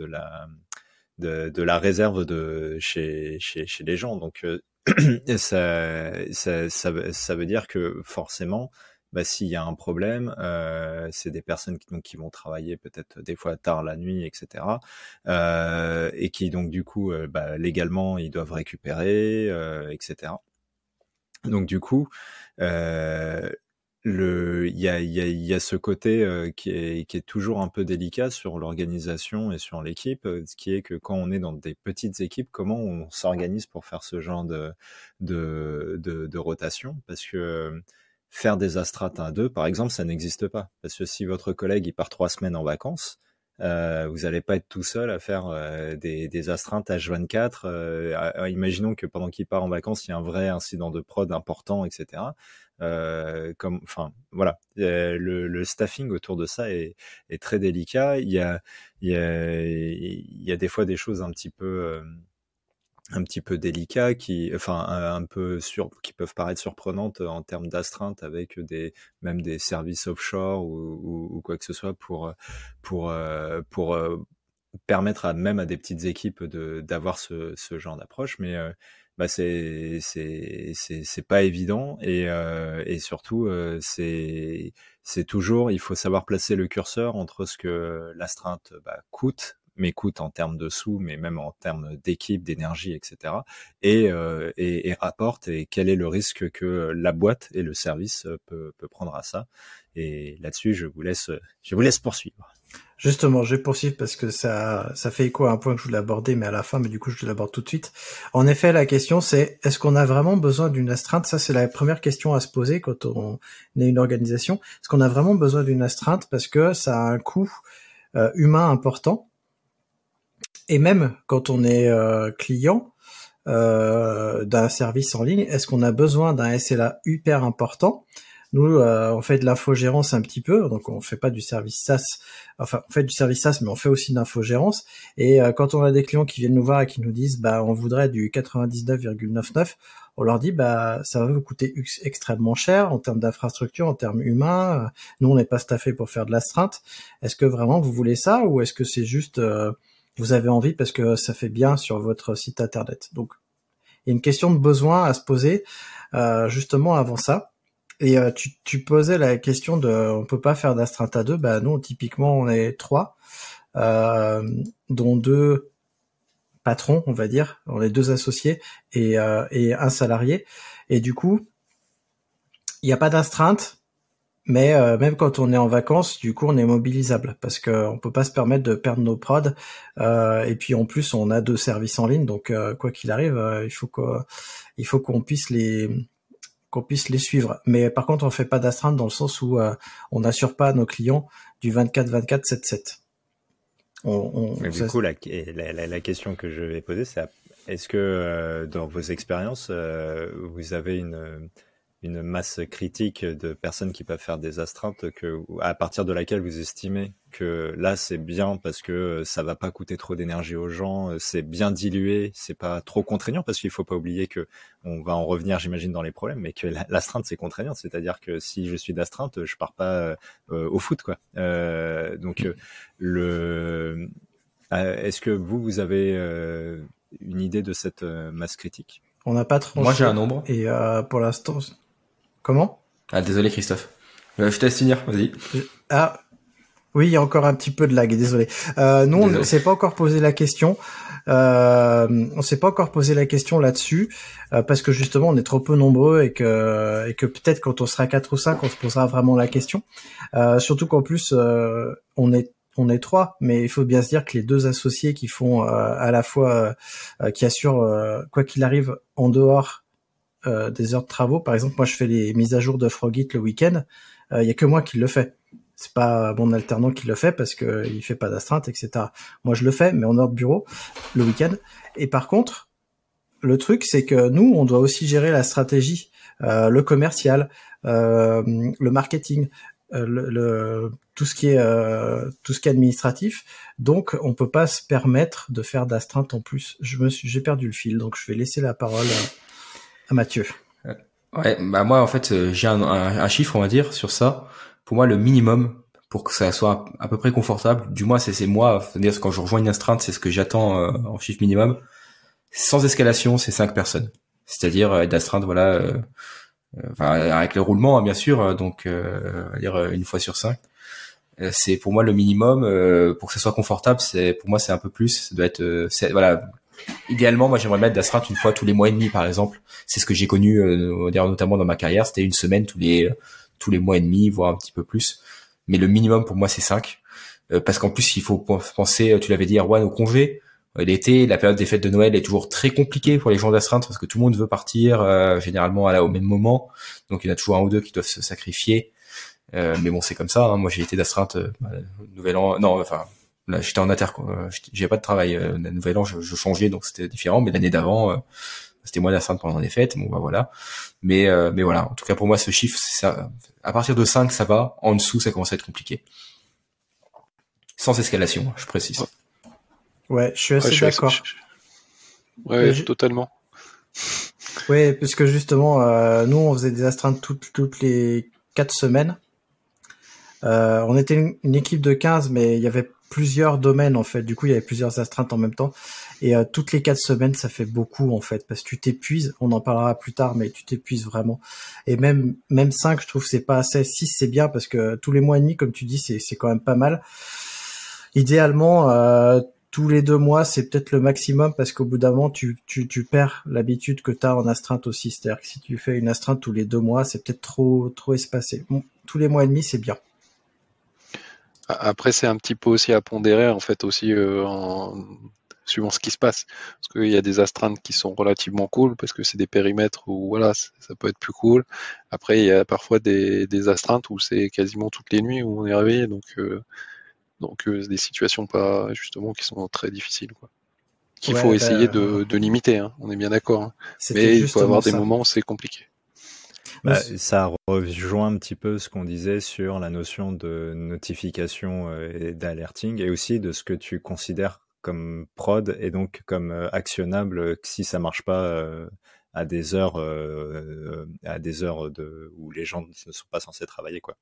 la réserve chez les gens. Donc ça veut dire que forcément, bah, s'il y a un problème, c'est des personnes qui vont travailler peut-être des fois tard la nuit, etc. Et qui donc du coup, bah, légalement, ils doivent récupérer, etc. Donc du coup, il y a ce côté qui est toujours un peu délicat sur l'organisation et sur l'équipe, ce qui est que quand on est dans des petites équipes, comment on s'organise pour faire ce genre de rotation, parce que faire des astreintes à 2, par exemple, ça n'existe pas. Parce que si votre collègue il part 3 semaines en vacances, vous n'allez pas être tout seul à faire des astreintes H24. Imaginons que pendant qu'il part en vacances, il y a un vrai incident de prod important, etc. Enfin, voilà, le staffing autour de ça est très délicat. Il y a des fois des choses un petit peu délicats qui peuvent paraître surprenantes en termes d'astreinte avec même des services offshore ou quoi que ce soit pour permettre même à des petites équipes d'avoir ce genre d'approche, mais bah c'est pas évident et surtout c'est toujours, il faut savoir placer le curseur entre ce que l'astreinte coûte en termes de sous, mais même en termes d'équipe, d'énergie, etc. Et rapporte, et quel est le risque que la boîte et le service peut prendre à ça. Et là-dessus, je vous laisse poursuivre. Justement, je vais poursuivre parce que ça fait écho à un point que je voulais aborder, mais à la fin, mais du coup, je l'aborde tout de suite. En effet, la question, c'est, est-ce qu'on a vraiment besoin d'une astreinte? Ça, c'est la première question à se poser quand on est une organisation. Est-ce qu'on a vraiment besoin d'une astreinte? Parce que ça a un coût humain important. Et même quand on est client d'un service en ligne, est-ce qu'on a besoin d'un SLA hyper important? Nous, on fait de l'infogérance un petit peu, donc on fait pas du service SaaS. Enfin, on fait du service SaaS, mais on fait aussi de l'infogérance. Et quand on a des clients qui viennent nous voir et qui nous disent, on voudrait du 99,99, on leur dit, ça va vous coûter extrêmement cher en termes d'infrastructure, en termes humains. Nous, on n'est pas staffé pour faire de l'astreinte. Est-ce que vraiment vous voulez ça, ou est-ce que c'est juste vous avez envie parce que ça fait bien sur votre site internet? Donc, il y a une question de besoin à se poser justement avant ça. Et tu posais la question de, on peut pas faire d'astreinte à 2. Nous, typiquement, on est 3, dont 2 patrons, on va dire. On est 2 associés et un salarié. Et du coup, il n'y a pas d'astreinte. Mais même quand on est en vacances, du coup, on est mobilisable parce que on peut pas se permettre de perdre nos prods. Et puis en plus, on a 2 services en ligne, donc quoi qu'il arrive, il faut qu'on puisse les suivre. Mais par contre, on fait pas d'astreinte dans le sens où on n'assure pas à nos clients du 24/24, 7/7. Du coup, la question que je vais poser, c'est est-ce que dans vos expériences, vous avez une une masse critique de personnes qui peuvent faire des astreintes à partir de laquelle vous estimez que là c'est bien parce que ça va pas coûter trop d'énergie aux gens, c'est bien dilué, c'est pas trop contraignant, parce qu'il faut pas oublier que on va en revenir, j'imagine, dans les problèmes, mais que l'astreinte c'est contraignant, c'est-à-dire que si je suis d'astreinte, je pars pas au foot, quoi. Est-ce que vous avez une idée de cette masse critique? On n'a pas tranché. Moi j'ai un nombre. Et pour l'instant, comment? Ah désolé Christophe. Je te laisse finir, vas-y. Ah oui, il y a encore un petit peu de lag, désolé. Nous, on ne s'est pas encore posé la question. On s'est pas encore posé la question là-dessus parce que justement on est trop peu nombreux et que peut-être quand on sera 4 ou 5 on se posera vraiment la question. Surtout qu'en plus on est 3, mais il faut bien se dire que les 2 associés qui font à la fois qui assurent quoi qu'il arrive en dehors des heures de travaux. Par exemple, moi je fais les mises à jour de Frogit le week-end. Il y a que moi qui le fais. C'est pas mon alternant qui le fait parce que il fait pas d'astreinte, etc. Moi, je le fais, mais en heure de bureau, le week-end. Et par contre, le truc, c'est que nous, on doit aussi gérer la stratégie, le commercial, le marketing, tout ce qui est administratif. Donc, on peut pas se permettre de faire d'astreinte en plus. J'ai perdu le fil, donc je vais laisser la parole à Mathieu. Ouais, bah moi en fait j'ai un chiffre on va dire sur ça. Pour moi le minimum pour que ça soit à peu près confortable, du moins c'est moi, c'est-à-dire quand je rejoins une astreinte, c'est ce que j'attends en chiffre minimum. Sans escalation, c'est 5 personnes. C'est-à-dire d'astreinte voilà avec le roulement bien sûr, donc on va dire une fois sur 5. C'est pour moi le minimum pour que ça soit confortable, pour moi c'est un peu plus, ça doit être voilà. Idéalement, moi, j'aimerais mettre d'astreinte une fois tous les mois et demi, par exemple. C'est ce que j'ai connu, notamment dans ma carrière. C'était une semaine tous les mois et demi, voire un petit peu plus. Mais le minimum pour moi, c'est 5. Parce qu'en plus, il faut penser, tu l'avais dit, Erwan, au congé. L'été, la période des fêtes de Noël est toujours très compliquée pour les gens d'astreinte parce que tout le monde veut partir, généralement au même moment. Donc, il y en a toujours un ou deux qui doivent se sacrifier. Mais bon, c'est comme ça. Hein. Moi, j'ai été d'astreinte Nouvel An. Non, enfin. Là, j'étais en j'avais pas de travail. Le Nouvel An, je changeais, donc c'était différent. Mais l'année d'avant, c'était moi d'astreinte pendant les fêtes. Bon, bah voilà. Mais voilà. En tout cas, pour moi, ce chiffre, c'est ça. À partir de 5, ça va. En dessous, ça commence à être compliqué. Sans escalation, je précise. Ouais, je suis assez d'accord. Ouais, totalement. Ouais, parce que justement, nous, on faisait des astreintes toutes les 4 semaines. On était une équipe de 15, mais il y avait plusieurs domaines en fait. Du coup, il y avait plusieurs astreintes en même temps. Et toutes les 4 semaines, ça fait beaucoup en fait, parce que tu t'épuises. On en parlera plus tard, mais tu t'épuises vraiment. Et même 5, je trouve que c'est pas assez. 6, c'est bien parce que tous les mois et demi, comme tu dis, c'est quand même pas mal. Idéalement, tous les 2 mois, c'est peut-être le maximum parce qu'au bout d'un moment, tu perds l'habitude que tu as en astreinte aussi. C'est-à-dire que si tu fais une astreinte tous les 2 mois, c'est peut-être trop espacé. Bon, tous les mois et demi, c'est bien. Après, c'est un petit peu aussi à pondérer, en fait, aussi suivant ce qui se passe. Parce qu'il y a des astreintes qui sont relativement cool, parce que c'est des périmètres où voilà, ça peut être plus cool. Après, il y a parfois des astreintes où c'est quasiment toutes les nuits où on est réveillé, donc des situations pas justement qui sont très difficiles, quoi. Qu'il faut essayer de limiter, hein, on est bien d'accord. Hein. Mais il faut avoir des moments où c'est compliqué. Ça rejoint un petit peu ce qu'on disait sur la notion de notification et d'alerting, et aussi de ce que tu considères comme prod et donc comme actionnable si ça marche pas à des heures où les gens ne sont pas censés travailler, quoi.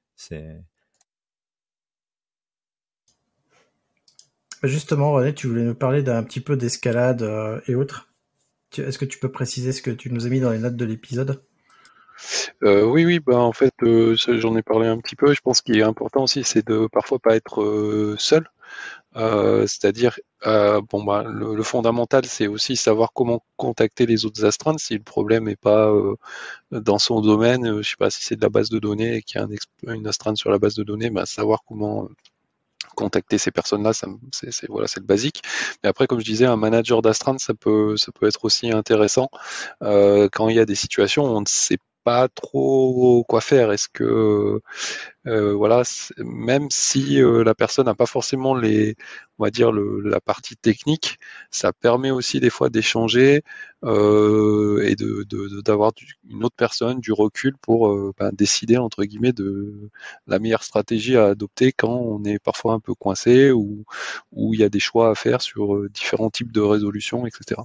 Justement, René, tu voulais nous parler d'un petit peu d'escalade et autres. Est-ce que tu peux préciser ce que tu nous as mis dans les notes de l'épisode ? Oui, bah en fait, j'en ai parlé un petit peu. Je pense qu'il est important aussi, c'est de parfois pas être seul. C'est-à-dire, le fondamental, c'est aussi savoir comment contacter les autres astreintes. Si le problème n'est pas dans son domaine, je sais pas si c'est de la base de données et qu'il y a une astreinte sur la base de données, bah, savoir comment contacter ces personnes-là, c'est le basique. Mais après, comme je disais, un manager d'astreinte, ça peut être aussi intéressant quand il y a des situations où on ne sait pas trop quoi faire. Est-ce que voilà, même si la personne n'a pas forcément on va dire la partie technique, ça permet aussi des fois d'échanger et d'avoir une autre personne du recul pour décider entre guillemets de la meilleure stratégie à adopter quand on est parfois un peu coincé ou où il y a des choix à faire sur différents types de résolutions, etc.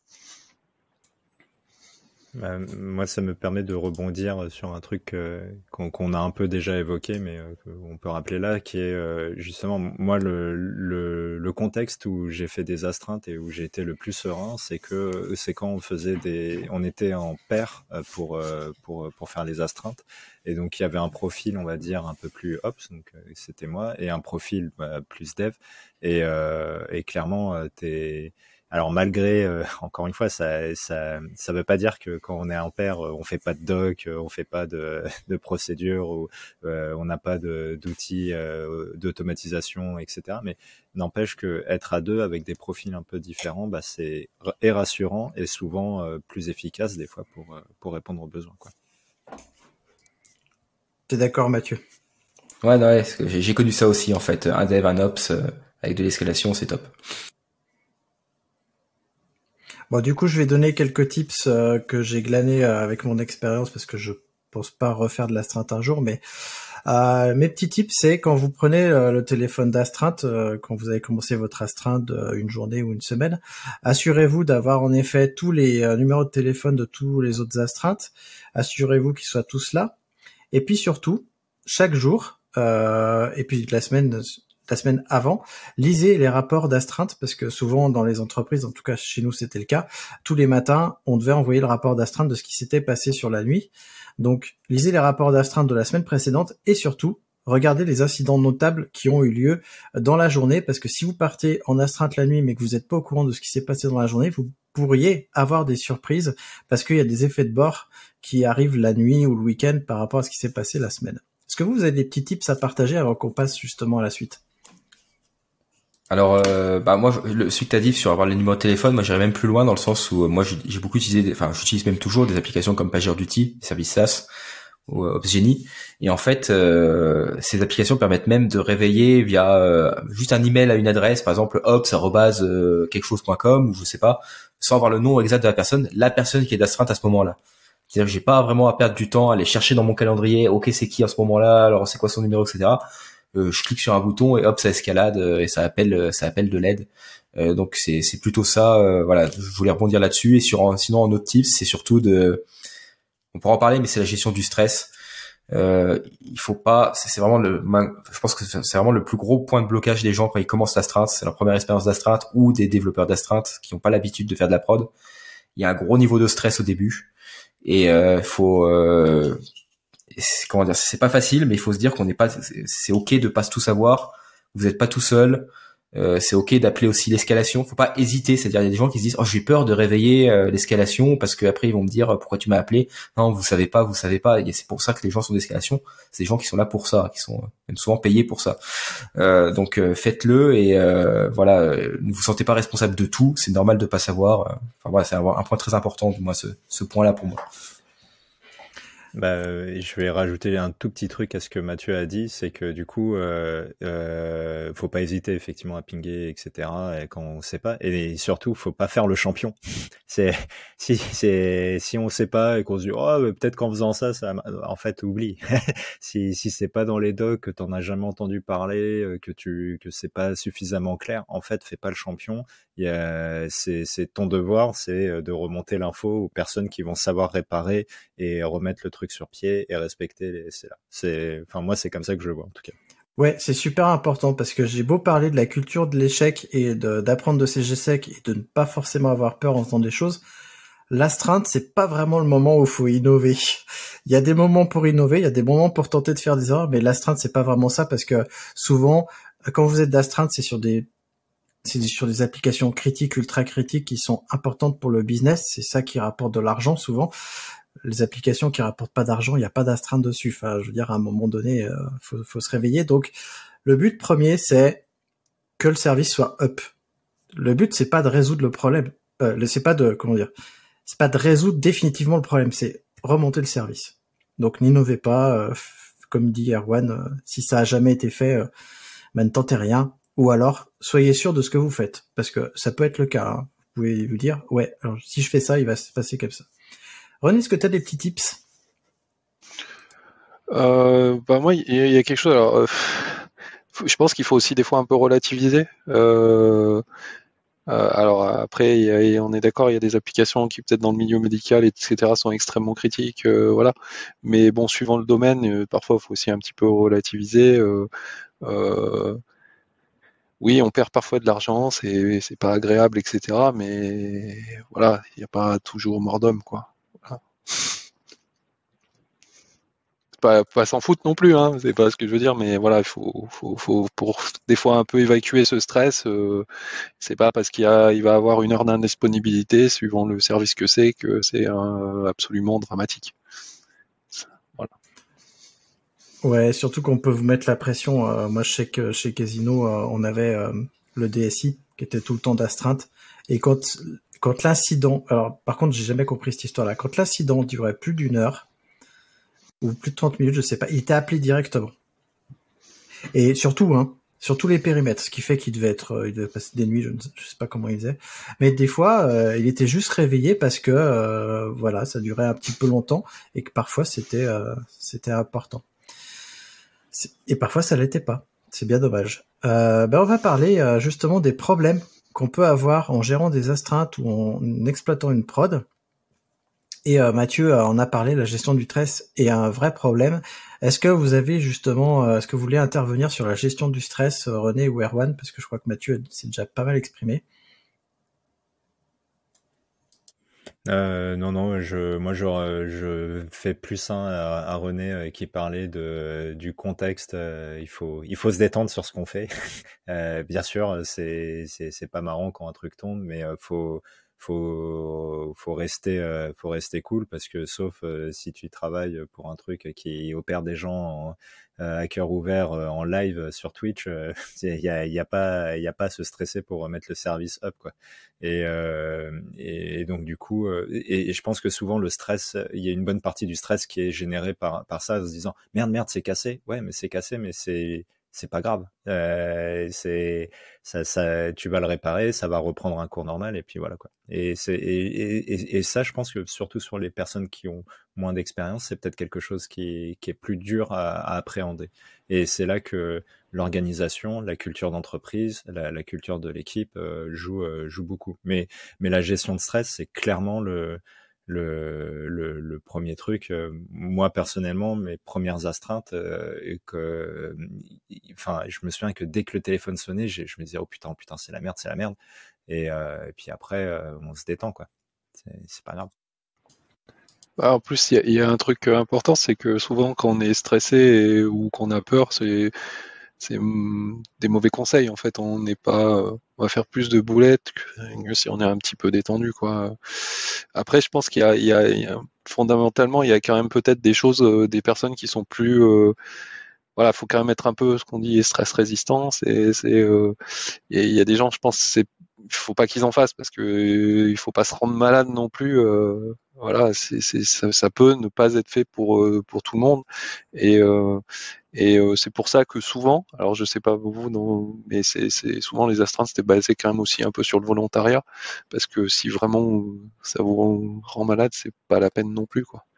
Moi, ça me permet de rebondir sur un truc qu'on a un peu déjà évoqué, mais qu'on peut rappeler là, qui est justement, moi, le contexte où j'ai fait des astreintes et où j'ai été le plus serein, c'est quand on était en paire pour faire les astreintes, et donc il y avait un profil, on va dire, un peu plus ops, donc c'était moi, et un profil plus dev, et clairement, alors malgré, encore une fois, ça veut pas dire que quand on est en pair, on fait pas de doc, on fait pas de procédures, ou on n'a pas d'outils d'automatisation, etc. Mais n'empêche que être à deux avec des profils un peu différents, c'est rassurant et souvent plus efficace des fois pour répondre aux besoins, quoi. T'es d'accord, Mathieu? Ouais, non, ouais, j'ai connu ça aussi en fait. Un dev, un ops avec de l'escalation, c'est top. Bon, du coup, je vais donner quelques tips que j'ai glanés avec mon expérience parce que je pense pas refaire de l'astreinte un jour, mais mes petits tips, c'est quand vous prenez le téléphone d'astreinte, quand vous avez commencé votre astreinte une journée ou une semaine, assurez-vous d'avoir en effet tous les numéros de téléphone de tous les autres astreintes. Assurez-vous qu'ils soient tous là. Et puis surtout, chaque jour, et puis la semaine avant, lisez les rapports d'astreinte, parce que souvent dans les entreprises, en tout cas chez nous c'était le cas, tous les matins on devait envoyer le rapport d'astreinte de ce qui s'était passé sur la nuit. Donc lisez les rapports d'astreinte de la semaine précédente et surtout regardez les incidents notables qui ont eu lieu dans la journée, parce que si vous partez en astreinte la nuit mais que vous n'êtes pas au courant de ce qui s'est passé dans la journée, vous pourriez avoir des surprises parce qu'il y a des effets de bord qui arrivent la nuit ou le week-end par rapport à ce qui s'est passé la semaine. Est-ce que vous avez des petits tips à partager avant qu'on passe justement à la suite? Alors, moi, celui que t'as dit sur avoir les numéros de téléphone, moi, j'irais même plus loin dans le sens où moi, j'ai beaucoup utilisé, j'utilise même toujours des applications comme PagerDuty, des services SaaS ou Opsgenie. Et en fait, ces applications permettent même de réveiller via juste un email à une adresse, par exemple ops@quelque-chose.com ou je sais pas, sans avoir le nom exact de la personne qui est d'astreinte à ce moment-là. C'est-à-dire que j'ai pas vraiment à perdre du temps à aller chercher dans mon calendrier, ok, c'est qui à ce moment-là, alors c'est quoi son numéro, etc. Je clique sur un bouton et hop, ça escalade et ça appelle de l'aide. Donc c'est plutôt ça. Voilà, je voulais rebondir là-dessus. Et sinon en autre tips, c'est surtout on pourra en parler, mais c'est la gestion du stress. Il faut pas. C'est vraiment je pense que c'est vraiment le plus gros point de blocage des gens quand ils commencent l'astreinte. C'est leur première expérience d'astreinte ou des développeurs d'astreinte qui n'ont pas l'habitude de faire de la prod. Il y a un gros niveau de stress au début et faut comment dire, c'est pas facile, mais il faut se dire qu'on n'est pas, c'est ok de pas tout savoir. Vous n'êtes pas tout seul. C'est ok d'appeler aussi l'escalation. Faut pas hésiter. C'est-à-dire, il y a des gens qui se disent, oh, j'ai peur de réveiller l'escalation parce que après ils vont me dire pourquoi tu m'as appelé. Non, vous savez pas. Et c'est pour ça que les gens sont d'escalation. C'est des gens qui sont là pour ça, qui sont même souvent payés pour ça. Donc faites-le et voilà. Ne vous sentez pas responsable de tout. C'est normal de pas savoir. Enfin voilà, c'est un point très important, du moins ce point-là pour moi. Je vais rajouter un tout petit truc à ce que Mathieu a dit, c'est que du coup, faut pas hésiter effectivement à pinguer, etc. Et quand on sait pas, et surtout, faut pas faire le champion. Si on sait pas et qu'on se dit peut-être qu'en faisant ça, en fait oublie. si c'est pas dans les docs, que t'en as jamais entendu parler, que c'est pas suffisamment clair, en fait, fais pas le champion. C'est ton devoir, c'est de remonter l'info aux personnes qui vont savoir réparer et remettre le truc sur pied et respecter moi c'est comme ça que je le vois en tout cas. Ouais, c'est super important parce que j'ai beau parler de la culture de l'échec et d'apprendre de ses échecs et de ne pas forcément avoir peur en faisant des choses, l'astreinte c'est pas vraiment le moment où il faut innover. Il y a des moments pour innover, il y a des moments pour tenter de faire des erreurs, mais l'astreinte c'est pas vraiment ça parce que souvent quand vous êtes d'astreinte c'est sur des applications critiques, ultra critiques qui sont importantes pour le business, c'est ça qui rapporte de l'argent souvent. Les applications qui rapportent pas d'argent, il n'y a pas d'astreinte dessus. Enfin, je veux dire, à un moment donné, faut se réveiller. Donc, le but premier, c'est que le service soit up. Le but, c'est pas de résoudre le problème. C'est pas de résoudre définitivement le problème. C'est remonter le service. Donc n'innovez pas, comme dit Erwan, si ça a jamais été fait, ne tentez rien, ou alors soyez sûr de ce que vous faites, parce que ça peut être le cas. Hein. Vous pouvez vous dire, ouais, alors si je fais ça, il va se passer comme ça. René, est-ce que tu as des petits tips? Moi, il y a quelque chose. Alors, je pense qu'il faut aussi des fois un peu relativiser. Alors après, on est d'accord, il y a des applications qui peut-être dans le milieu médical, etc., sont extrêmement critiques, voilà. Mais bon, suivant le domaine, parfois, il faut aussi un petit peu relativiser. Oui, on perd parfois de l'argent, c'est pas agréable, etc. Mais voilà, il n'y a pas toujours mort d'homme, quoi. Voilà. Pas s'en foutre non plus, hein, c'est pas ce que je veux dire, mais voilà, il faut pour des fois un peu évacuer ce stress. C'est pas parce il va avoir une heure d'indisponibilité suivant le service que c'est absolument dramatique. Voilà. Ouais, surtout qu'on peut vous mettre la pression. Moi, je sais que chez Casino, on avait le DSI qui était tout le temps d'astreinte. Et quand l'incident... Alors, par contre, j'ai jamais compris cette histoire-là. Quand l'incident durait plus d'une heure, ou plus de 30 minutes, je sais pas, il était appelé directement. Et surtout, sur tous les périmètres, ce qui fait qu'il devait passer des nuits, je sais pas comment il faisait. Mais des fois, il était juste réveillé parce que, voilà, ça durait un petit peu longtemps et que parfois c'était important. Et parfois ça l'était pas. C'est bien dommage. On va parler justement des problèmes qu'on peut avoir en gérant des astreintes ou en exploitant une prod. Et Mathieu en a parlé, la gestion du stress est un vrai problème. Est-ce que vous avez justement, est-ce que vous voulez intervenir sur la gestion du stress, René ou Erwan, parce que je crois que Mathieu s'est déjà pas mal exprimé. Non, je fais plus un à René qui parlait du contexte. Il faut se détendre sur ce qu'on fait. Bien sûr, c'est pas marrant quand un truc tombe, mais faut rester cool, parce que sauf si tu travailles pour un truc qui opère des gens à cœur ouvert en live sur Twitch, il y a pas à se stresser pour mettre le service up, quoi. Et donc du coup, et je pense que souvent le stress, il y a une bonne partie du stress qui est généré par ça, en se disant merde c'est cassé. Ouais, mais c'est cassé, mais c'est pas grave. Ça, tu vas le réparer, ça va reprendre un cours normal, et puis voilà, quoi. Et ça, je pense que surtout sur les personnes qui ont moins d'expérience, c'est peut-être quelque chose qui est plus dur à appréhender. Et c'est là que l'organisation, la culture d'entreprise, la culture de l'équipe joue beaucoup. Mais la gestion de stress, c'est clairement le premier truc. Moi personnellement, mes premières astreintes, je me souviens que dès que le téléphone sonnait, je me disais oh putain c'est la merde. Et puis après on se détend, quoi. C'est pas grave. En plus, il y a un truc important, c'est que souvent quand on est stressé ou qu'on a peur, c'est des mauvais conseils, en fait. On va faire plus de boulettes que si on est un petit peu détendu, quoi. Après, je pense qu'il y a fondamentalement, il y a quand même peut-être des choses, des personnes qui sont plus, voilà, faut quand même être un peu ce qu'on dit stress résistant. Il y a des gens, je pense, il faut pas qu'ils en fassent, parce que il faut pas se rendre malade non plus. Voilà, ça peut ne pas être fait pour tout le monde. Et c'est pour ça que souvent, alors je sais pas vous, non, mais c'est souvent les astreintes, c'était basé quand même aussi un peu sur le volontariat, parce que si vraiment ça vous rend malade, c'est pas la peine non plus, quoi.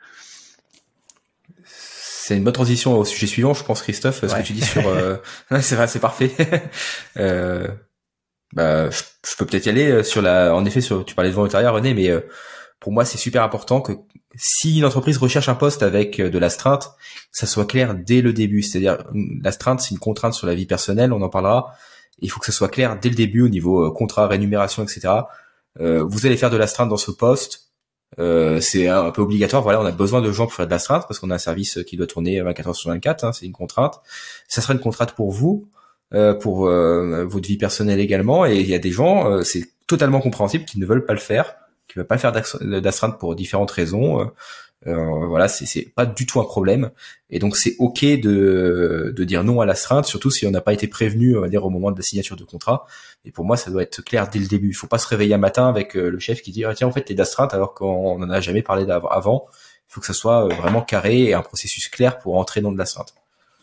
C'est une bonne transition au sujet suivant, je pense, Christophe, ce que tu dis sur... c'est vrai, c'est parfait. Je peux peut-être y aller sur en effet, tu parlais de volontariat, René, mais pour moi, c'est super important que si une entreprise recherche un poste avec de l'astreinte, ça soit clair dès le début. C'est-à-dire, l'astreinte, c'est une contrainte sur la vie personnelle, on en parlera. Il faut que ça soit clair dès le début au niveau contrat, rémunération, etc. Vous allez faire de l'astreinte dans ce poste. C'est un peu obligatoire. Voilà, on a besoin de gens pour faire de l'astreinte parce qu'on a un service qui doit tourner 24 heures sur 24. C'est une contrainte. Ça sera une contrainte pour vous, pour votre vie personnelle également. Et il y a des gens, c'est totalement compréhensible, qui ne veulent pas le faire, qui ne veulent pas faire d'astreinte pour différentes raisons. Voilà, c'est pas du tout un problème. Et donc c'est ok de dire non à l'astreinte, surtout si on n'a pas été prévenu, on va dire, au moment de la signature de contrat. Et pour moi, ça doit être clair dès le début. Il faut pas se réveiller un matin avec le chef qui dit tiens, en fait, t'es d'astreinte, alors qu'on en a jamais parlé avant. faut que ça soit vraiment carré et un processus clair pour entrer dans de l'astreinte.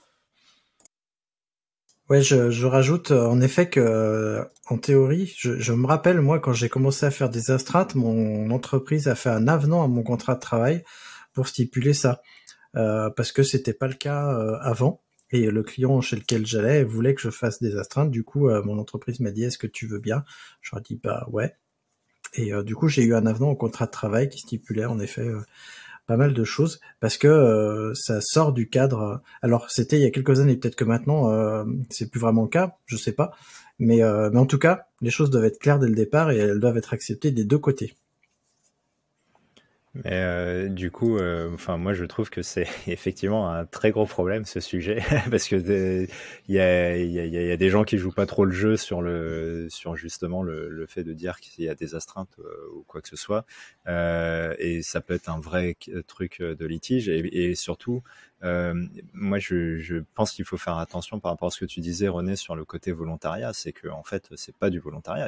Ouais, je rajoute en effet que en théorie, je me rappelle moi quand j'ai commencé à faire des astreintes, mon entreprise a fait un avenant à mon contrat de travail pour stipuler ça, parce que c'était pas le cas avant. Et le client chez lequel j'allais voulait que je fasse des astreintes. Du coup, mon entreprise m'a dit est-ce que tu veux bien? Je leur ai dit bah ouais. Et du coup, j'ai eu un avenant au contrat de travail qui stipulait en effet pas mal de choses parce que ça sort du cadre. Alors c'était il y a quelques années, peut-être que maintenant c'est plus vraiment le cas, je sais pas. Mais en tout cas, les choses doivent être claires dès le départ et elles doivent être acceptées des deux côtés. Mais du coup, enfin moi je trouve que c'est effectivement un très gros problème ce sujet parce que il y a des gens qui jouent pas trop le jeu sur justement le fait de dire qu'il y a des astreintes ou quoi que ce soit, et ça peut être un vrai truc de litige et surtout moi je pense qu'il faut faire attention par rapport à ce que tu disais René sur le côté volontariat, c'est que en fait c'est pas du volontariat,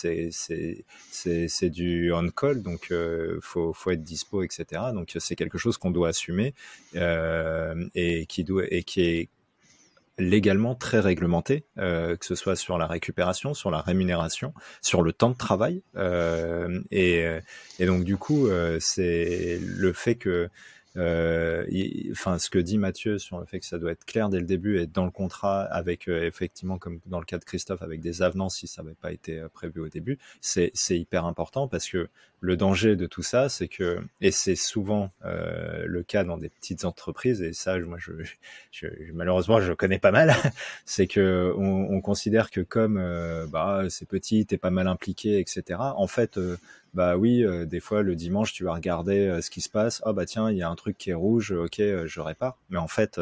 c'est du on call, donc faut être dispo, etc. Donc c'est quelque chose qu'on doit assumer et qui est légalement très réglementé, que ce soit sur la récupération, sur la rémunération, sur le temps de travail, et donc du coup c'est le fait que enfin ce que dit Mathieu sur le fait que ça doit être clair dès le début et dans le contrat avec effectivement comme dans le cas de Christophe avec des avenants si ça n'avait pas été prévu au début, c'est hyper important parce que le danger de tout ça c'est que, et c'est souvent le cas dans des petites entreprises, et ça moi je malheureusement je connais pas mal c'est que on considère que comme c'est petit, t'es pas mal impliqué, etc. En fait bah oui, des fois le dimanche tu vas regarder ce qui se passe. Ah bah tiens, il y a un truc qui est rouge, ok, je répare. Mais en fait,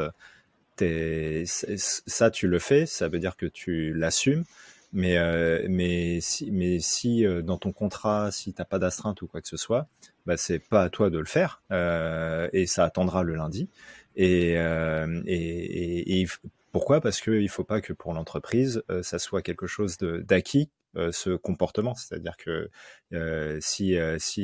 ça tu le fais, ça veut dire que tu l'assumes. Mais si dans ton contrat, si t'as pas d'astreinte ou quoi que ce soit, bah c'est pas à toi de le faire et ça attendra le lundi. Et pourquoi ? Parce que il faut pas que pour l'entreprise ça soit quelque chose d'acquis. Ce comportement, c'est-à-dire que si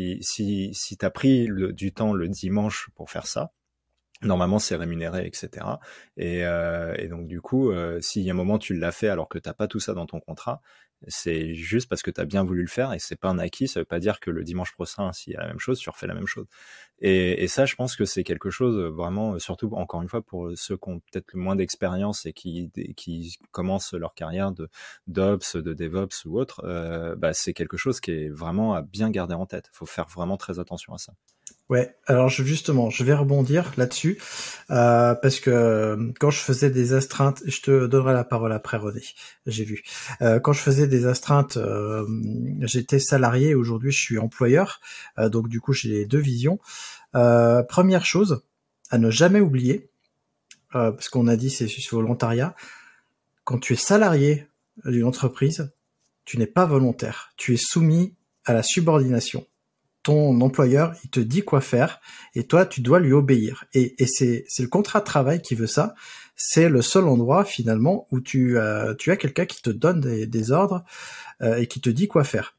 t'as pris du temps le dimanche pour faire ça, normalement c'est rémunéré, etc. Et donc du coup, s'il y a un moment tu l'as fait alors que t'as pas tout ça dans ton contrat, c'est juste parce que t'as bien voulu le faire et c'est pas un acquis. Ça veut pas dire que le dimanche prochain, s'il y a la même chose, tu refais la même chose. Et ça, je pense que c'est quelque chose vraiment, surtout encore une fois pour ceux qui ont peut-être le moins d'expérience et qui commencent leur carrière de d'Ops, de DevOps ou autre, c'est quelque chose qui est vraiment à bien garder en tête. Faut faire vraiment très attention à ça. Ouais, alors justement, je vais rebondir là-dessus, parce que quand je faisais des astreintes, je te donnerai la parole après René, j'ai vu. Quand je faisais des astreintes, j'étais salarié, aujourd'hui je suis employeur, donc du coup j'ai deux visions. Première chose, à ne jamais oublier, parce qu'on a dit c'est volontariat, quand tu es salarié d'une entreprise, tu n'es pas volontaire, tu es soumis à la subordination. Ton employeur, il te dit quoi faire, et toi, tu dois lui obéir. Et c'est le contrat de travail qui veut ça. C'est le seul endroit, finalement, où tu as quelqu'un qui te donne des ordres et qui te dit quoi faire.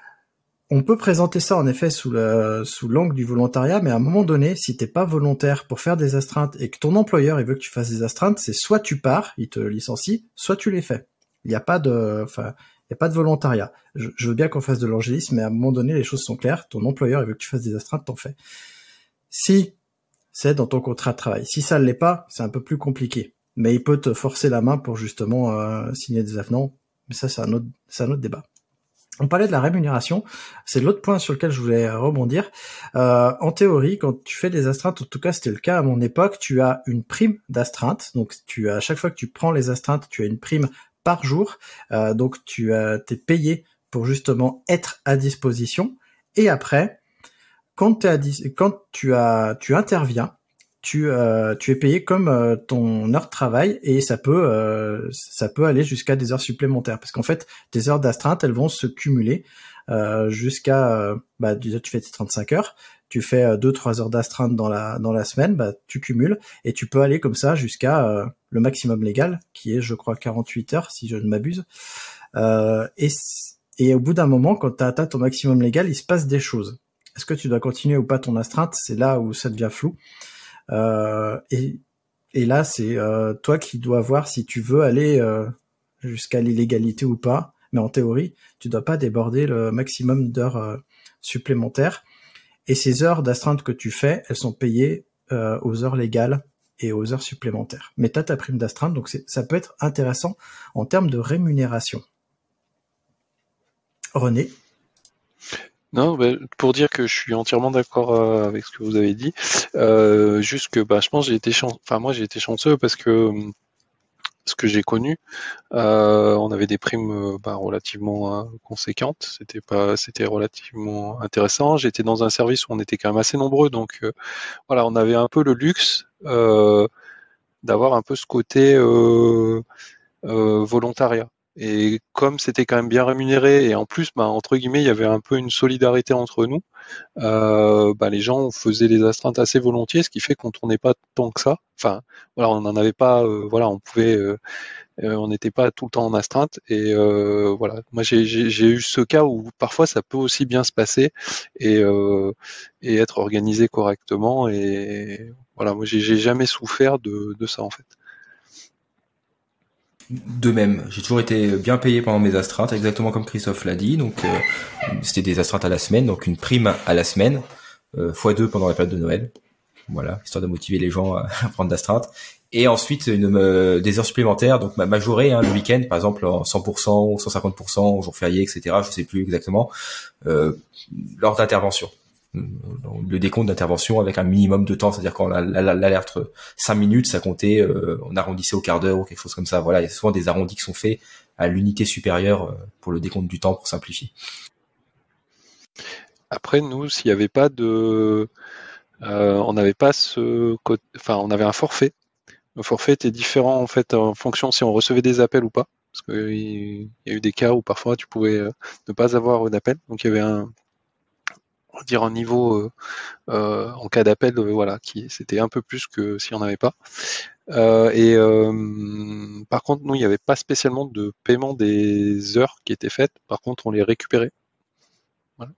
On peut présenter ça, en effet, sous l'angle du volontariat, mais à un moment donné, si t'es pas volontaire pour faire des astreintes et que ton employeur, il veut que tu fasses des astreintes, c'est soit tu pars, il te licencie, soit tu les fais. Il n'y a pas de volontariat. Je veux bien qu'on fasse de l'angélisme, mais à un moment donné, les choses sont claires. Ton employeur, il veut que tu fasses des astreintes, t'en fais. Si c'est dans ton contrat de travail. Si ça ne l'est pas, c'est un peu plus compliqué. Mais il peut te forcer la main pour justement signer des avenants. Mais ça, c'est un autre débat. On parlait de la rémunération. C'est l'autre point sur lequel je voulais rebondir. En théorie, quand tu fais des astreintes, en tout cas, c'était le cas à mon époque, tu as une prime d'astreinte. Donc, à chaque fois que tu prends les astreintes, tu as une prime par jour, donc t'es payé pour justement être à disposition. Et après, quand tu interviens, tu es payé comme ton heure de travail, et ça peut aller jusqu'à des heures supplémentaires, parce qu'en fait, tes heures d'astreinte, elles vont se cumuler jusqu'à déjà tu fais tes 35 heures. Tu fais 2-3 heures d'astreinte dans la semaine, tu cumules, et tu peux aller comme ça jusqu'à le maximum légal, qui est, je crois, 48 heures, si je ne m'abuse. Et au bout d'un moment, quand tu as atteint ton maximum légal, il se passe des choses. est-ce que tu dois continuer ou pas ton astreinte? C'est là où ça devient flou. Et là, c'est toi qui dois voir si tu veux aller jusqu'à l'illégalité ou pas. Mais en théorie, tu dois pas déborder le maximum d'heures supplémentaires. Et ces heures d'astreinte que tu fais, elles sont payées aux heures légales et aux heures supplémentaires. Mais t'as ta prime d'astreinte, donc ça peut être intéressant en termes de rémunération. René? Non, pour dire que je suis entièrement d'accord avec ce que vous avez dit. Juste que je pense que moi j'ai été chanceux parce que ce que j'ai connu, on avait des primes relativement conséquentes. C'était relativement intéressant. J'étais dans un service où on était quand même assez nombreux, donc voilà, on avait un peu le luxe d'avoir un peu ce côté volontariat. Et comme c'était quand même bien rémunéré, et en plus, entre guillemets, il y avait un peu une solidarité entre nous, les gens faisaient les astreintes assez volontiers, ce qui fait qu'on tournait pas tant que ça. Enfin, voilà, on n'en avait pas, on pouvait, on n'était pas tout le temps en astreinte. Et voilà, moi j'ai eu ce cas où parfois ça peut aussi bien se passer et être organisé correctement. Et voilà, moi j'ai jamais souffert de ça en fait. De même, j'ai toujours été bien payé pendant mes astreintes, exactement comme Christophe l'a dit. Donc, c'était des astreintes à la semaine, donc une prime à la semaine, x2 pendant la période de Noël. Voilà, histoire de motiver les gens à prendre d'astreintes. Et ensuite, des heures supplémentaires, donc majorées, le week-end, par exemple, en 100% ou 150%, au jour férié, etc. Je sais plus exactement, lors d'intervention. Le décompte d'intervention avec un minimum de temps, c'est-à-dire quand l'alerte 5 minutes, ça comptait, on arrondissait au quart d'heure ou quelque chose comme ça. Voilà, il y a souvent des arrondis qui sont faits à l'unité supérieure pour le décompte du temps, pour simplifier. Après, nous, s'il n'y avait pas de... on n'avait pas on avait un forfait. Le forfait était différent en fait en fonction si on recevait des appels ou pas. Parce qu'il y a eu des cas où parfois tu pouvais ne pas avoir d'appel. Donc il y avait un niveau en cas d'appel, c'était un peu plus que si on n'avait pas. Par contre, nous, il n'y avait pas spécialement de paiement des heures qui étaient faites. Par contre, on les récupérait. Voilà.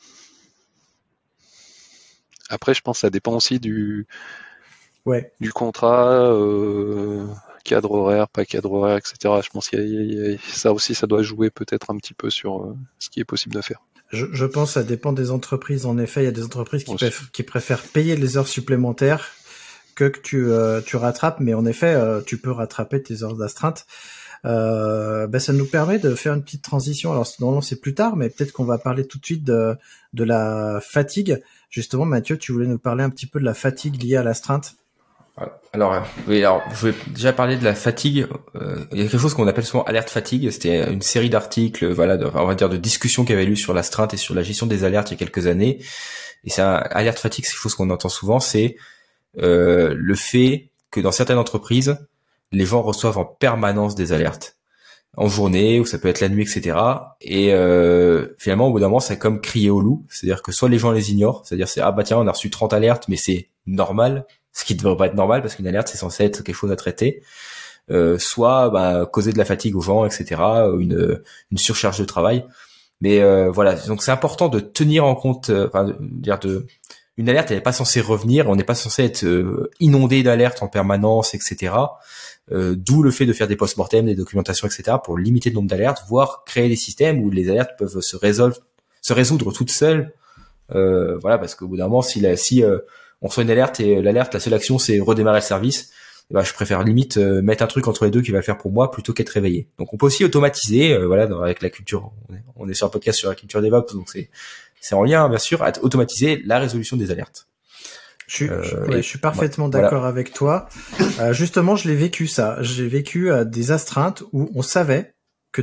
Après, je pense que ça dépend aussi du contrat, cadre horaire, pas cadre horaire, etc. Je pense qu'il y a ça aussi, ça doit jouer peut-être un petit peu sur ce qui est possible de faire. Je pense que ça dépend des entreprises. En effet, il y a des entreprises qui préfèrent payer les heures supplémentaires que tu rattrapes, mais en effet, tu peux rattraper tes heures d'astreinte. Ça nous permet de faire une petite transition. Alors, normalement, c'est plus tard, mais peut-être qu'on va parler tout de suite de la fatigue. Justement, Mathieu, tu voulais nous parler un petit peu de la fatigue liée à l'astreinte. Alors, je voulais déjà parler de la fatigue. Il y a quelque chose qu'on appelle souvent alerte fatigue. C'était une série d'articles, on va dire de discussions qu'il y avait eu sur l'astreinte et sur la gestion des alertes il y a quelques années. Et ça, alerte fatigue, c'est quelque chose qu'on entend souvent, c'est le fait que dans certaines entreprises, les gens reçoivent en permanence des alertes. En journée, ou ça peut être la nuit, etc. Et finalement, au bout d'un moment, c'est comme crier au loup. C'est-à-dire que soit les gens les ignorent, c'est-à-dire tiens, on a reçu 30 alertes, mais c'est normal, ce qui ne devrait pas être normal, parce qu'une alerte, c'est censé être quelque chose à traiter. Soit causer de la fatigue aux gens, etc. Une surcharge de travail. Mais voilà, donc c'est important de tenir en compte, une alerte, elle n'est pas censée revenir, on n'est pas censé être inondé d'alertes en permanence, etc. D'où le fait de faire des post-mortem, des documentations, etc. pour limiter le nombre d'alertes, voire créer des systèmes où les alertes peuvent se résoudre toutes seules. Parce qu'au bout d'un moment, si on reçoit une alerte et l'alerte, la seule action, c'est redémarrer le service, je préfère limite mettre un truc entre les deux qui va le faire pour moi plutôt qu'être réveillé. Donc on peut aussi automatiser, avec la culture. On est sur un podcast sur la culture DevOps, donc c'est en lien, bien sûr, à automatiser la résolution des alertes. Je suis parfaitement d'accord avec toi. Justement, je l'ai vécu ça. J'ai vécu des astreintes où on savait que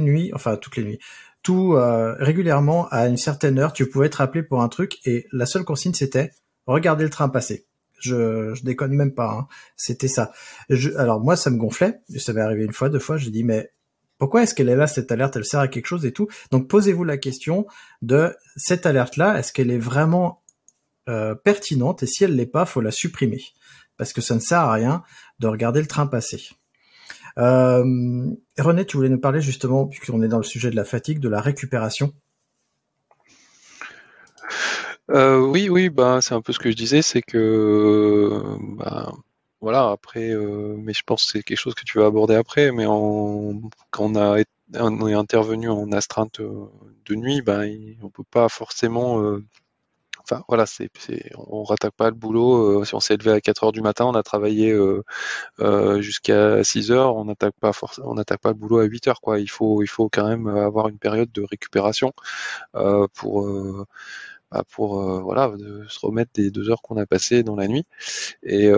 régulièrement à une certaine heure, tu pouvais être appelé pour un truc et la seule consigne c'était regarder le train passer. Je déconne même pas. Hein. C'était ça. Alors moi, ça me gonflait. Ça m'est arrivé une fois, 2 fois. J'ai dit mais pourquoi est-ce qu'elle est là cette alerte? Elle sert à quelque chose et tout. Donc posez-vous la question de cette alerte-là. Est-ce qu'elle est vraiment pertinente, et si elle l'est pas, faut la supprimer parce que ça ne sert à rien de regarder le train passer. René, tu voulais nous parler justement, puisqu'on est dans le sujet de la fatigue, de la récupération. Oui, ben c'est un peu ce que je disais, c'est que ben, voilà, après, mais je pense que c'est quelque chose que tu vas aborder après, mais quand on est intervenu en astreinte de nuit, ben on peut pas forcément, enfin voilà, on rattaque pas le boulot. Si on s'est levé à 4 heures du matin, on a travaillé jusqu'à 6 heures, on n'attaque pas le boulot à 8 heures, quoi. Il faut quand même avoir une période de récupération euh, pour euh, pour voilà, se remettre des 2 heures qu'on a passées dans la nuit. Et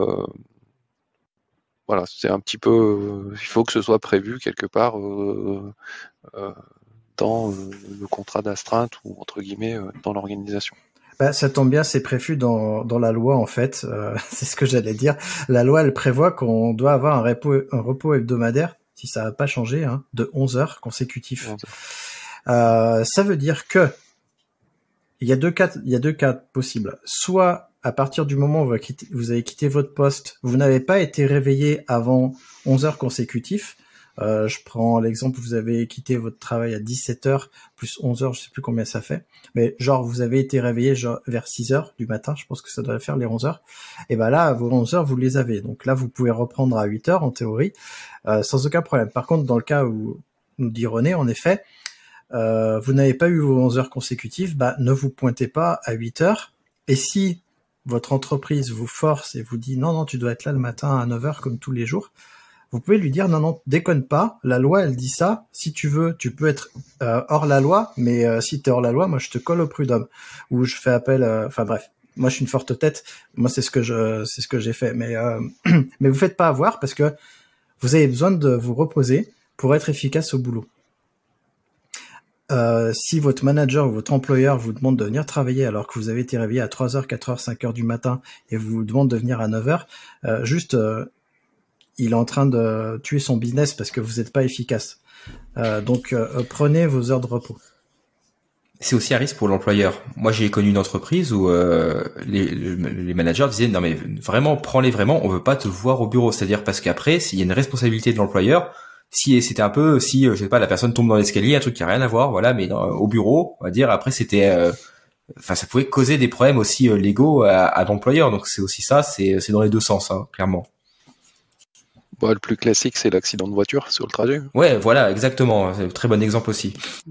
voilà, c'est un petit peu, il faut que ce soit prévu quelque part euh, dans le contrat d'astreinte ou entre guillemets dans l'organisation. Bah, ça tombe bien, c'est prévu dans la loi en fait. C'est ce que j'allais dire. La loi, elle prévoit qu'on doit avoir un repos hebdomadaire, si ça n'a pas changé, hein, de 11 heures consécutifs. 11 heures. Ça veut dire que il y a deux cas possibles. Soit à partir du moment où vous avez quitté votre poste, vous n'avez pas été réveillé avant 11 heures consécutifs. Je prends l'exemple, vous avez quitté votre travail à 17 heures plus 11 heures, je sais plus combien ça fait. Mais genre, vous avez été réveillé genre vers 6 heures du matin, je pense que ça doit faire les 11 heures. Et ben là, vos 11 heures, vous les avez. Donc là, vous pouvez reprendre à 8 heures en théorie, sans aucun problème. Par contre, dans le cas où nous dit René, en effet, vous n'avez pas eu vos 11 heures consécutives, bah, ne vous pointez pas à 8 heures. Et si votre entreprise vous force et vous dit non, tu dois être là le matin à 9 heures comme tous les jours, vous pouvez lui dire non, déconne pas, la loi elle dit ça, si tu veux, tu peux être hors la loi, mais si t'es hors la loi, moi je te colle au prud'homme, ou je fais appel, enfin bref, moi je suis une forte tête, moi c'est ce que j'ai fait, mais mais vous faites pas avoir parce que vous avez besoin de vous reposer pour être efficace au boulot. Si votre manager ou votre employeur vous demande de venir travailler alors que vous avez été réveillé à 3h, 4h, 5h du matin et vous demande de venir à 9h, il est en train de tuer son business parce que vous n'êtes pas efficace. Donc prenez vos heures de repos. C'est aussi un risque pour l'employeur. Moi, j'ai connu une entreprise où les managers disaient non mais vraiment, prends-les vraiment, on veut pas te voir au bureau. C'est-à-dire parce qu'après, s'il y a une responsabilité de l'employeur, si c'était un peu, si je sais pas, la personne tombe dans l'escalier, un truc qui a rien à voir, voilà, mais au bureau, on va dire, après c'était, enfin ça pouvait causer des problèmes aussi légaux à l'employeur. Donc c'est aussi ça, c'est dans les deux sens, hein, clairement. Bon, le plus classique, c'est l'accident de voiture sur le trajet. Ouais, voilà, exactement. C'est un très bon exemple aussi.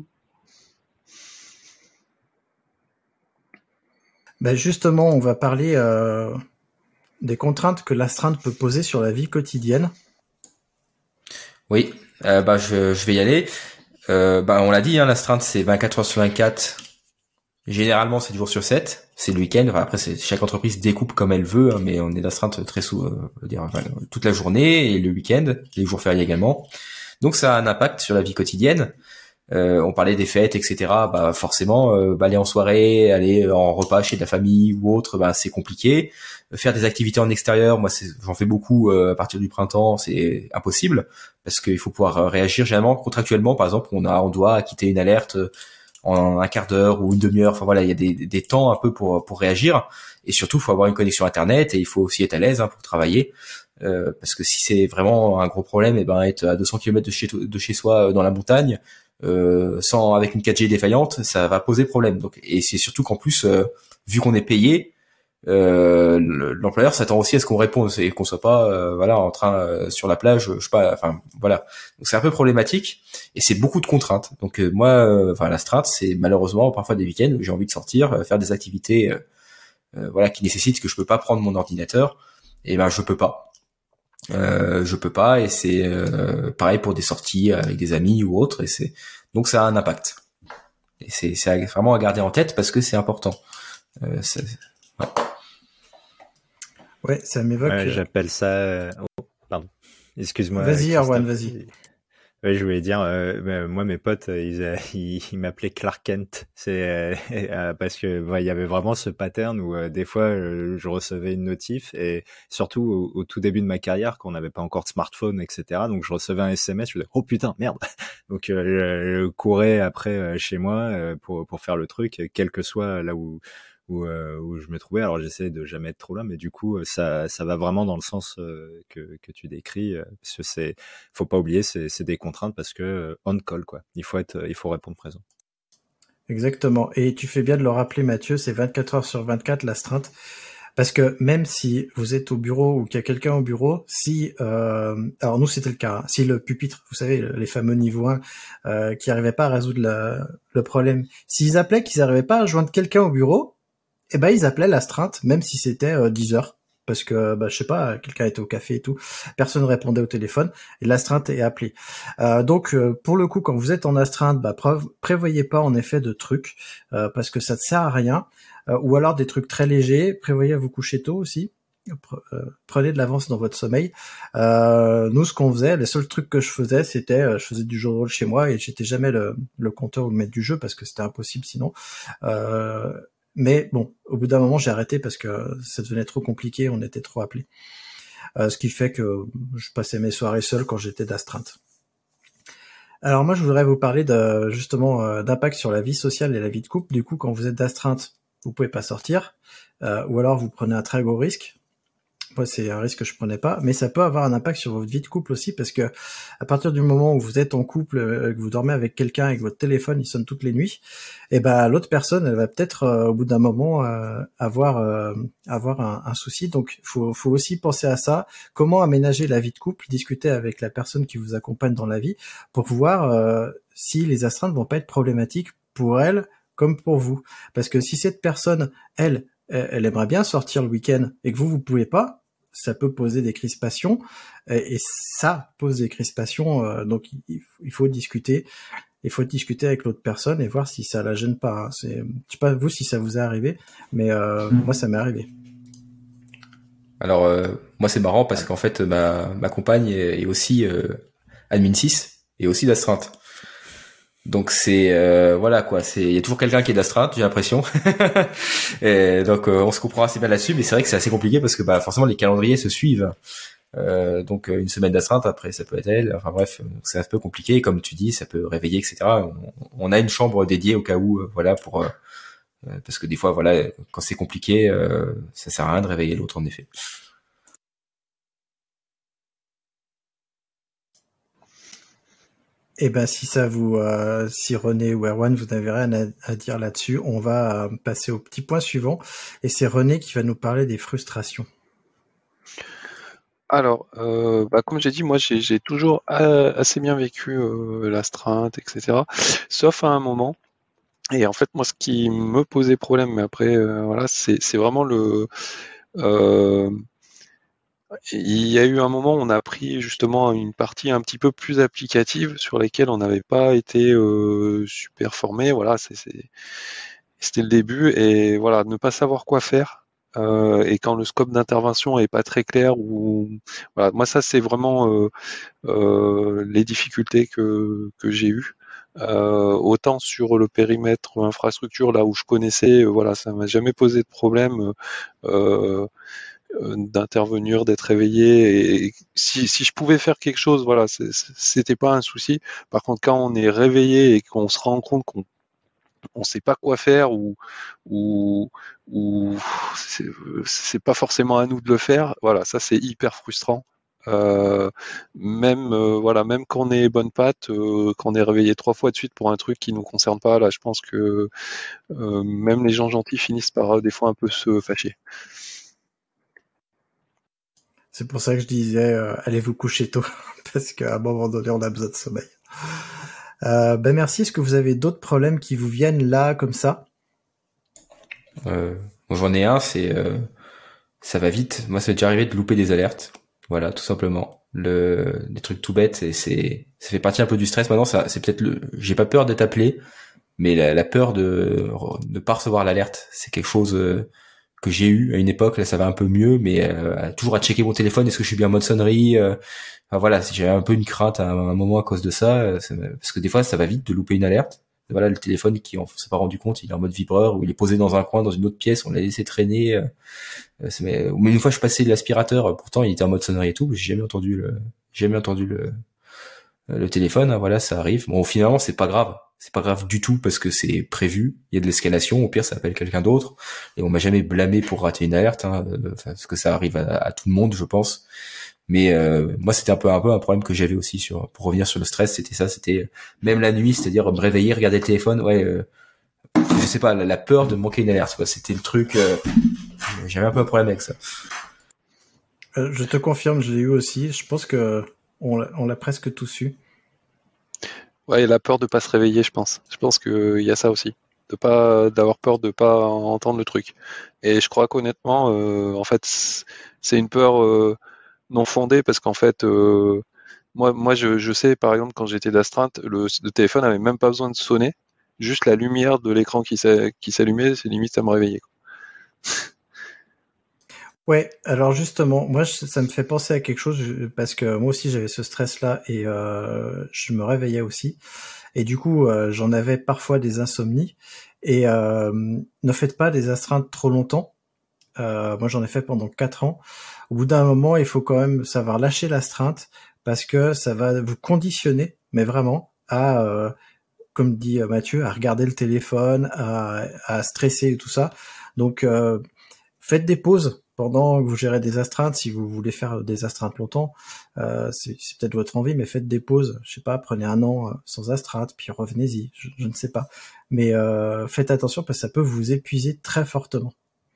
Ben justement, on va parler des contraintes que l'astreinte peut poser sur la vie quotidienne. Oui, je vais y aller. On l'a dit, hein, l'astreinte c'est 24 heures sur 24. Généralement, c'est 7 jours sur 7. C'est le week-end. Enfin, après, chaque entreprise découpe comme elle veut, hein, mais on est d'astreinte très toute la journée et le week-end, les jours fériés également. Donc, ça a un impact sur la vie quotidienne. On parlait des fêtes, etc. Bah, forcément, aller en soirée, aller en repas chez de la famille ou autre, bah, c'est compliqué. Faire des activités en extérieur, moi, j'en fais beaucoup à partir du printemps, c'est impossible parce qu'il faut pouvoir réagir. Généralement, contractuellement, par exemple, on doit quitter une alerte en un quart d'heure ou une demi-heure. Enfin voilà, il y a des temps un peu pour réagir. Et surtout, il faut avoir une connexion internet et il faut aussi être à l'aise pour travailler. Parce que si c'est vraiment un gros problème, et ben être à 200 km de chez soi dans la montagne, avec une 4G défaillante, ça va poser problème. Donc, et c'est surtout qu'en plus, vu qu'on est payé, l'employeur s'attend aussi à ce qu'on réponde et qu'on soit pas en train sur la plage, je sais pas, enfin voilà. Donc c'est un peu problématique et c'est beaucoup de contraintes. Donc l'astreinte, c'est malheureusement parfois des week-ends où j'ai envie de sortir, faire des activités qui nécessitent que je peux pas prendre mon ordinateur, et ben je peux pas et c'est pareil pour des sorties avec des amis ou autres, et donc ça a un impact. Et c'est vraiment à garder en tête parce que c'est important. Ouais, ça m'évoque. Ouais, j'appelle ça. Pardon. Excuse-moi. Vas-y, Erwan, vas-y. Ouais, je voulais dire, moi mes potes, ils m'appelaient Clark Kent. C'est parce que il y avait vraiment ce pattern où des fois je recevais une notif, et surtout au tout début de ma carrière, quand on n'avait pas encore de smartphone, etc. Donc je recevais un SMS, je me disais oh putain merde. Donc je courais après chez moi pour faire le truc, quel que soit là où je me trouvais. Alors j'essaie de jamais être trop là, mais du coup ça va vraiment dans le sens que tu décris, parce que faut pas oublier, c'est des contraintes parce que on call quoi. Il faut répondre présent. Exactement. Et tu fais bien de le rappeler, Mathieu, c'est 24 heures sur 24 l'astreinte. Parce que même si vous êtes au bureau ou qu'il y a quelqu'un au bureau, si alors nous c'était le cas, hein, si le pupitre, vous savez, les fameux niveau 1 qui n'arrivaient pas à résoudre le problème, s'ils appelaient qu'ils n'arrivaient pas à joindre quelqu'un au bureau, eh ben ils appelaient l'astreinte, même si c'était 10 heures. Parce que je sais pas, quelqu'un était au café et tout, personne ne répondait au téléphone et l'astreinte est appelée. Donc pour le coup, quand vous êtes en astreinte, prévoyez pas en effet de trucs parce que ça ne sert à rien. Ou alors des trucs très légers. Prévoyez à vous coucher tôt aussi. Prenez de l'avance dans votre sommeil. Nous, ce qu'on faisait, les seuls trucs que je faisais, c'était je faisais du jeu de rôle chez moi et j'étais jamais le compteur ou le maître du jeu parce que c'était impossible sinon. Mais bon, au bout d'un moment, j'ai arrêté parce que ça devenait trop compliqué, on était trop appelés. Ce qui fait que je passais mes soirées seul quand j'étais d'astreinte. Alors moi, je voudrais vous parler justement d'impact sur la vie sociale et la vie de couple. Du coup, quand vous êtes d'astreinte, vous pouvez pas sortir, ou alors vous prenez un très gros risque. Moi, c'est un risque que je prenais pas, mais ça peut avoir un impact sur votre vie de couple aussi, parce que à partir du moment où vous êtes en couple, que vous dormez avec quelqu'un et que votre téléphone il sonne toutes les nuits, et l'autre personne elle va peut-être au bout d'un moment avoir un souci. Donc faut aussi penser à ça. Comment aménager la vie de couple, discuter avec la personne qui vous accompagne dans la vie pour voir si les astreintes vont pas être problématiques pour elle comme pour vous. Parce que si cette personne elle aimerait bien sortir le week-end et que vous pouvez pas, ça peut poser des crispations et ça pose des crispations. Donc il faut discuter. Il faut discuter avec l'autre personne et voir si ça la gêne pas. Je sais pas vous si ça vous est arrivé, mais moi ça m'est arrivé. Alors moi c'est marrant parce qu'en fait ma compagne est aussi admin 6 et aussi d'astreinte. Donc c'est voilà quoi, il y a toujours quelqu'un qui est d'astreinte, j'ai l'impression. Et donc on se comprend assez bien là-dessus, mais c'est vrai que c'est assez compliqué parce que forcément les calendriers se suivent. Donc une semaine d'astreinte, après ça peut être elle. Enfin bref, c'est un peu compliqué. Comme tu dis, ça peut réveiller, etc. On a une chambre dédiée au cas où, voilà, pour parce que des fois, voilà, quand c'est compliqué, ça sert à rien de réveiller l'autre en effet. Eh ben si ça vous, si René ou Erwan vous n'avez rien à dire là-dessus, on va passer au petit point suivant. Et c'est René qui va nous parler des frustrations. Alors, comme j'ai dit, moi j'ai toujours assez bien vécu l'astreinte, etc. Sauf à un moment. Et en fait, moi, ce qui me posait problème, mais après, voilà, c'est vraiment il y a eu un moment où on a pris justement une partie un petit peu plus applicative sur lesquelles on n'avait pas été super formé. Voilà, c'était le début et voilà, ne pas savoir quoi faire. Et quand le scope d'intervention est pas très clair ou voilà, moi ça c'est vraiment les difficultés que j'ai eues. Autant sur le périmètre infrastructure là où je connaissais, voilà, ça m'a jamais posé de problème d'intervenir, d'être réveillé. Et si je pouvais faire quelque chose, voilà, c'était pas un souci. Par contre, quand on est réveillé et qu'on se rend compte qu'on sait pas quoi faire ou c'est pas forcément à nous de le faire, voilà, ça c'est hyper frustrant. Même quand on est bonne patte, quand on est réveillé 3 fois de suite pour un truc qui nous concerne pas, là je pense que même les gens gentils finissent par des fois un peu se fâcher. C'est pour ça que je disais allez vous coucher tôt parce qu'à un moment donné on a besoin de sommeil. Merci. Est-ce que vous avez d'autres problèmes qui vous viennent là comme ça? Moi j'en ai un, c'est ça va vite. Moi ça m'est déjà arrivé de louper des alertes. Voilà, tout simplement. Des trucs tout bêtes et ça fait partie un peu du stress. Maintenant, c'est peut-être j'ai pas peur d'être appelé, mais la peur de ne pas recevoir l'alerte, c'est quelque chose que j'ai eu à une époque. Là, ça va un peu mieux, mais toujours à checker mon téléphone. Est-ce que je suis bien en mode sonnerie? Enfin voilà, j'avais un peu une crainte à un moment à cause de ça, parce que des fois, ça va vite de louper une alerte. Voilà, le téléphone qui on s'est pas rendu compte, il est en mode vibreur ou il est posé dans un coin, dans une autre pièce, on l'a laissé traîner. Mais une fois je passais l'aspirateur, pourtant il était en mode sonnerie et tout, j'ai jamais entendu le téléphone. Hein, voilà, ça arrive. Bon, finalement c'est pas grave du tout parce que c'est prévu. Il y a de l'escalation. Au pire, ça appelle quelqu'un d'autre. Et on m'a jamais blâmé pour rater une alerte, hein, parce que ça arrive à tout le monde, je pense. Mais moi c'était un peu un problème que j'avais aussi pour revenir sur le stress, c'était même la nuit, c'est-à-dire me réveiller, regarder le téléphone, sais pas, la peur de manquer une alerte, quoi. C'était le truc, j'avais un peu un problème avec ça. Je te confirme, je l'ai eu aussi. Je pense que on l'a presque tous eu. Ouais, et la peur de pas se réveiller, je pense. Je pense qu'il y a ça aussi. D'avoir peur de pas entendre le truc. Et je crois qu'honnêtement, en fait, c'est une peur non fondée parce qu'en fait, moi, je sais, par exemple, quand j'étais d'astreinte, le téléphone avait même pas besoin de sonner. Juste la lumière de l'écran qui s'allumait, c'est limite, ça me réveillait, quoi. Ouais, alors justement, moi, ça me fait penser à quelque chose parce que moi aussi j'avais ce stress-là et je me réveillais aussi. Et du coup, j'en avais parfois des insomnies. Et ne faites pas des astreintes trop longtemps. Moi, j'en ai fait pendant 4 ans. Au bout d'un moment, il faut quand même savoir lâcher l'astreinte parce que ça va vous conditionner, mais vraiment, à, comme dit Mathieu, à regarder le téléphone, à stresser et tout ça. Donc, faites des pauses pendant que vous gérez des astreintes. Si vous voulez faire des astreintes longtemps, c'est peut-être votre envie, mais faites des pauses. Je sais pas, prenez 1 an sans astreinte, puis revenez-y. Je ne sais pas. Mais faites attention parce que ça peut vous épuiser très fortement.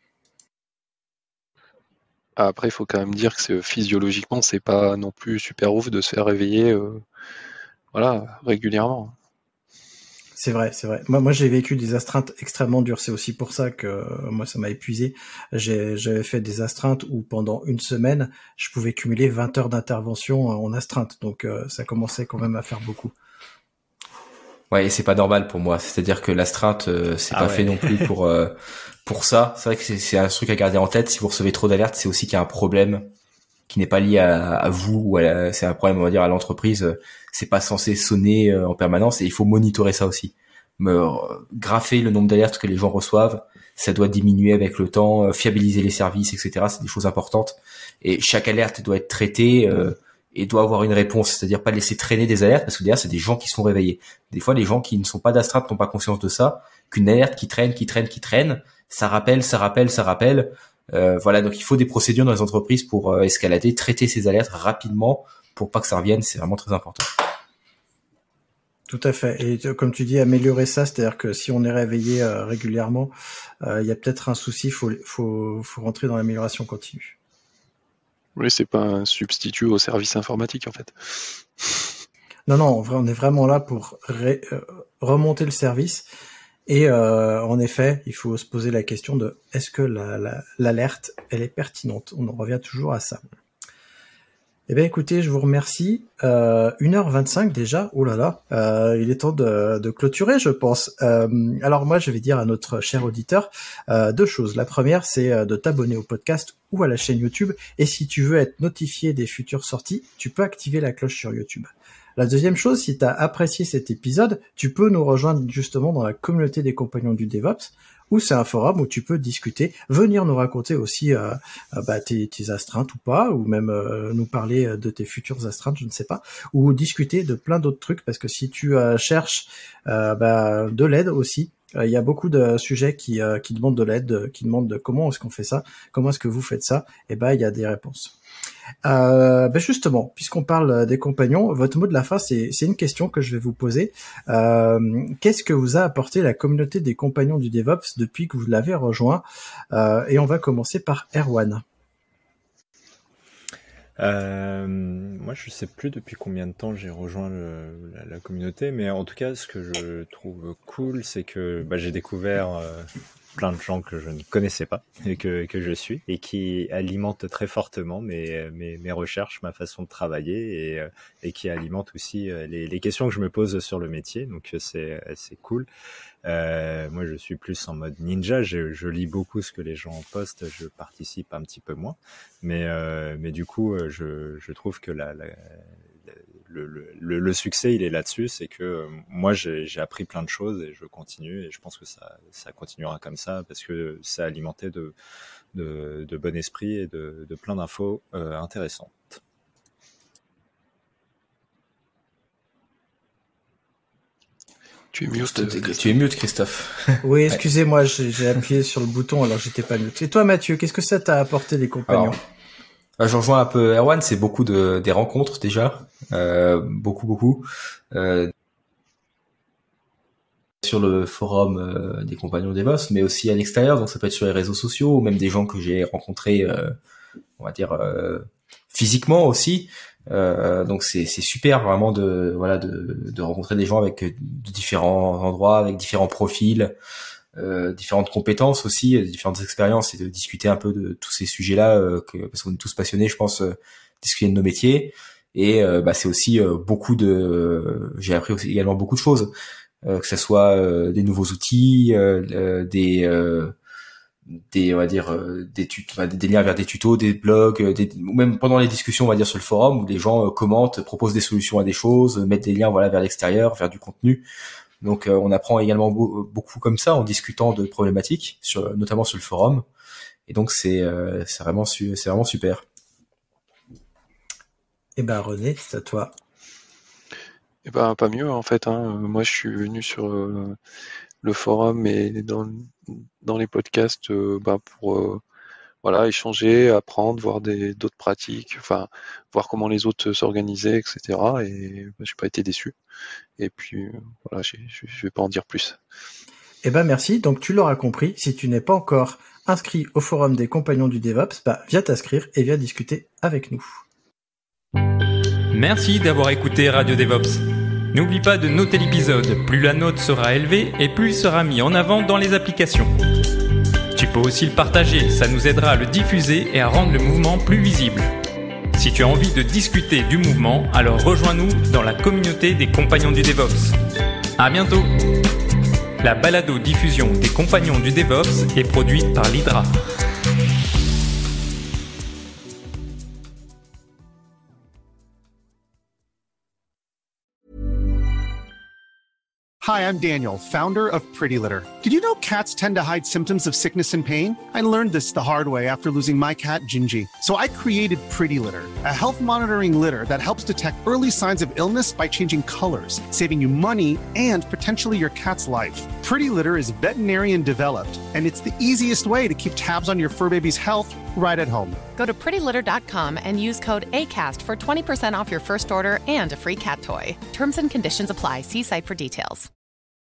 Après, il faut quand même dire que physiologiquement, c'est pas non plus super ouf de se faire réveiller voilà, régulièrement. C'est vrai, c'est vrai. Moi, j'ai vécu des astreintes extrêmement dures. C'est aussi pour ça que moi, ça m'a épuisé. J'avais fait des astreintes où pendant 1 semaine, je pouvais cumuler 20 heures d'intervention en astreinte. Donc, ça commençait quand même à faire beaucoup. Ouais, et c'est pas normal pour moi. C'est-à-dire que l'astreinte, c'est pas fait non plus pour ça. C'est vrai que c'est un truc à garder en tête. Si vous recevez trop d'alertes, c'est aussi qu'il y a un problème qui n'est pas lié à vous ou c'est un problème, on va dire, à l'entreprise. C'est pas censé sonner en permanence et il faut monitorer ça aussi. Graffer le nombre d'alertes que les gens reçoivent, ça doit diminuer avec le temps, fiabiliser les services, etc. C'est des choses importantes. Et chaque alerte doit être traitée et doit avoir une réponse. C'est-à-dire pas laisser traîner des alertes parce que derrière, c'est des gens qui sont réveillés. Des fois, les gens qui ne sont pas d'astreinte n'ont pas conscience de ça, qu'une alerte qui traîne, ça rappelle. Voilà, donc il faut des procédures dans les entreprises pour escalader, traiter ces alertes rapidement pour pas que ça revienne. C'est vraiment très important. Tout à fait. Et comme tu dis, améliorer ça, c'est-à-dire que si on est réveillé régulièrement, il y a peut-être un souci. Faut rentrer dans l'amélioration continue. Oui, c'est pas un substitut au service informatique en fait. Non, en vrai, on est vraiment là pour remonter le service. Et en effet, il faut se poser la question de est-ce que l'alerte, elle est pertinente? On en revient toujours à ça. Eh bien, écoutez, je vous remercie. 1h25 déjà. Oh là là, il est temps de clôturer, je pense. Alors moi, je vais dire à notre cher auditeur 2 choses. La première, c'est de t'abonner au podcast ou à la chaîne YouTube. Et si tu veux être notifié des futures sorties, tu peux activer la cloche sur YouTube. La deuxième chose, si tu as apprécié cet épisode, tu peux nous rejoindre justement dans la communauté des compagnons du DevOps, où c'est un forum où tu peux discuter, venir nous raconter aussi tes astreintes ou pas, ou même nous parler de tes futures astreintes, je ne sais pas, ou discuter de plein d'autres trucs, parce que si tu cherches de l'aide aussi, il y a beaucoup de sujets qui demandent de l'aide, qui demandent de comment est-ce qu'on fait ça, comment est-ce que vous faites ça, et il y a des réponses. Justement, puisqu'on parle des compagnons, votre mot de la fin, c'est une question que je vais vous poser. Qu'est-ce que vous a apporté la communauté des compagnons du DevOps depuis que vous l'avez rejoint? Et on va commencer par Erwan. Moi, je sais plus depuis combien de temps j'ai rejoint la communauté, mais en tout cas, ce que je trouve cool, c'est que j'ai découvert plein de gens que je ne connaissais pas et que je suis et qui alimentent très fortement mes recherches, ma façon de travailler et qui alimentent aussi les questions que je me pose sur le métier. Donc c'est cool. Moi, je suis plus en mode ninja. Je lis beaucoup ce que les gens postent. Je participe un petit peu moins, mais du coup, je trouve que le succès, il est là-dessus. C'est que moi, j'ai appris plein de choses et je continue. Et je pense que ça continuera comme ça parce que ça a alimenté de bon esprit et de plein d'infos intéressantes. Tu es mute, Christophe. Oui, excusez-moi, j'ai appuyé sur le bouton alors j'étais pas mute. Et toi, Mathieu, qu'est-ce que ça t'a apporté les compagnons? Je rejoins un peu Erwan, c'est beaucoup des rencontres déjà, beaucoup. sur le forum des compagnons DevOps, mais aussi à l'extérieur, donc ça peut être sur les réseaux sociaux, ou même des gens que j'ai rencontrés, on va dire physiquement aussi. Donc c'est super vraiment de rencontrer des gens avec de différents endroits, avec différents profils, différentes compétences aussi, différentes expériences, et de discuter un peu de tous ces sujets-là, parce qu'on est tous passionnés, je pense, discuter de nos métiers. Et c'est aussi j'ai appris aussi également beaucoup de choses, que ce soit des nouveaux outils, des liens vers des tutos, des blogs, ou même pendant les discussions, on va dire, sur le forum, où les gens commentent, proposent des solutions à des choses, mettent des liens vers l'extérieur, vers du contenu. Donc on apprend également beaucoup comme ça en discutant de problématiques, notamment sur le forum. Et donc c'est vraiment super. Eh ben René, c'est à toi. Eh ben pas mieux en fait. Moi je suis venu sur le forum et dans les podcasts pour échanger, apprendre, voir d'autres pratiques, enfin voir comment les autres s'organisaient, etc. Et j'ai pas été déçu. Et puis voilà, je vais pas en dire plus. Eh ben merci. Donc tu l'auras compris, si tu n'es pas encore inscrit au forum des compagnons du DevOps, viens t'inscrire et viens discuter avec nous. Merci d'avoir écouté Radio DevOps. N'oublie pas de noter l'épisode, plus la note sera élevée et plus il sera mis en avant dans les applications. Tu peux aussi le partager, ça nous aidera à le diffuser et à rendre le mouvement plus visible. Si tu as envie de discuter du mouvement, alors rejoins-nous dans la communauté des compagnons du DevOps. À bientôt! La balado-diffusion des compagnons du DevOps est produite par l'Hydra. Hi, I'm Daniel, founder of Pretty Litter. Did you know cats tend to hide symptoms of sickness and pain? I learned this the hard way after losing my cat, Gingy. So I created Pretty Litter, a health monitoring litter that helps detect early signs of illness by changing colors, saving you money and potentially your cat's life. Pretty Litter is veterinarian developed, and it's the easiest way to keep tabs on your fur baby's health right at home. Go to prettylitter.com and use code ACAST for 20% off your first order and a free cat toy. Terms and conditions apply. See site for details.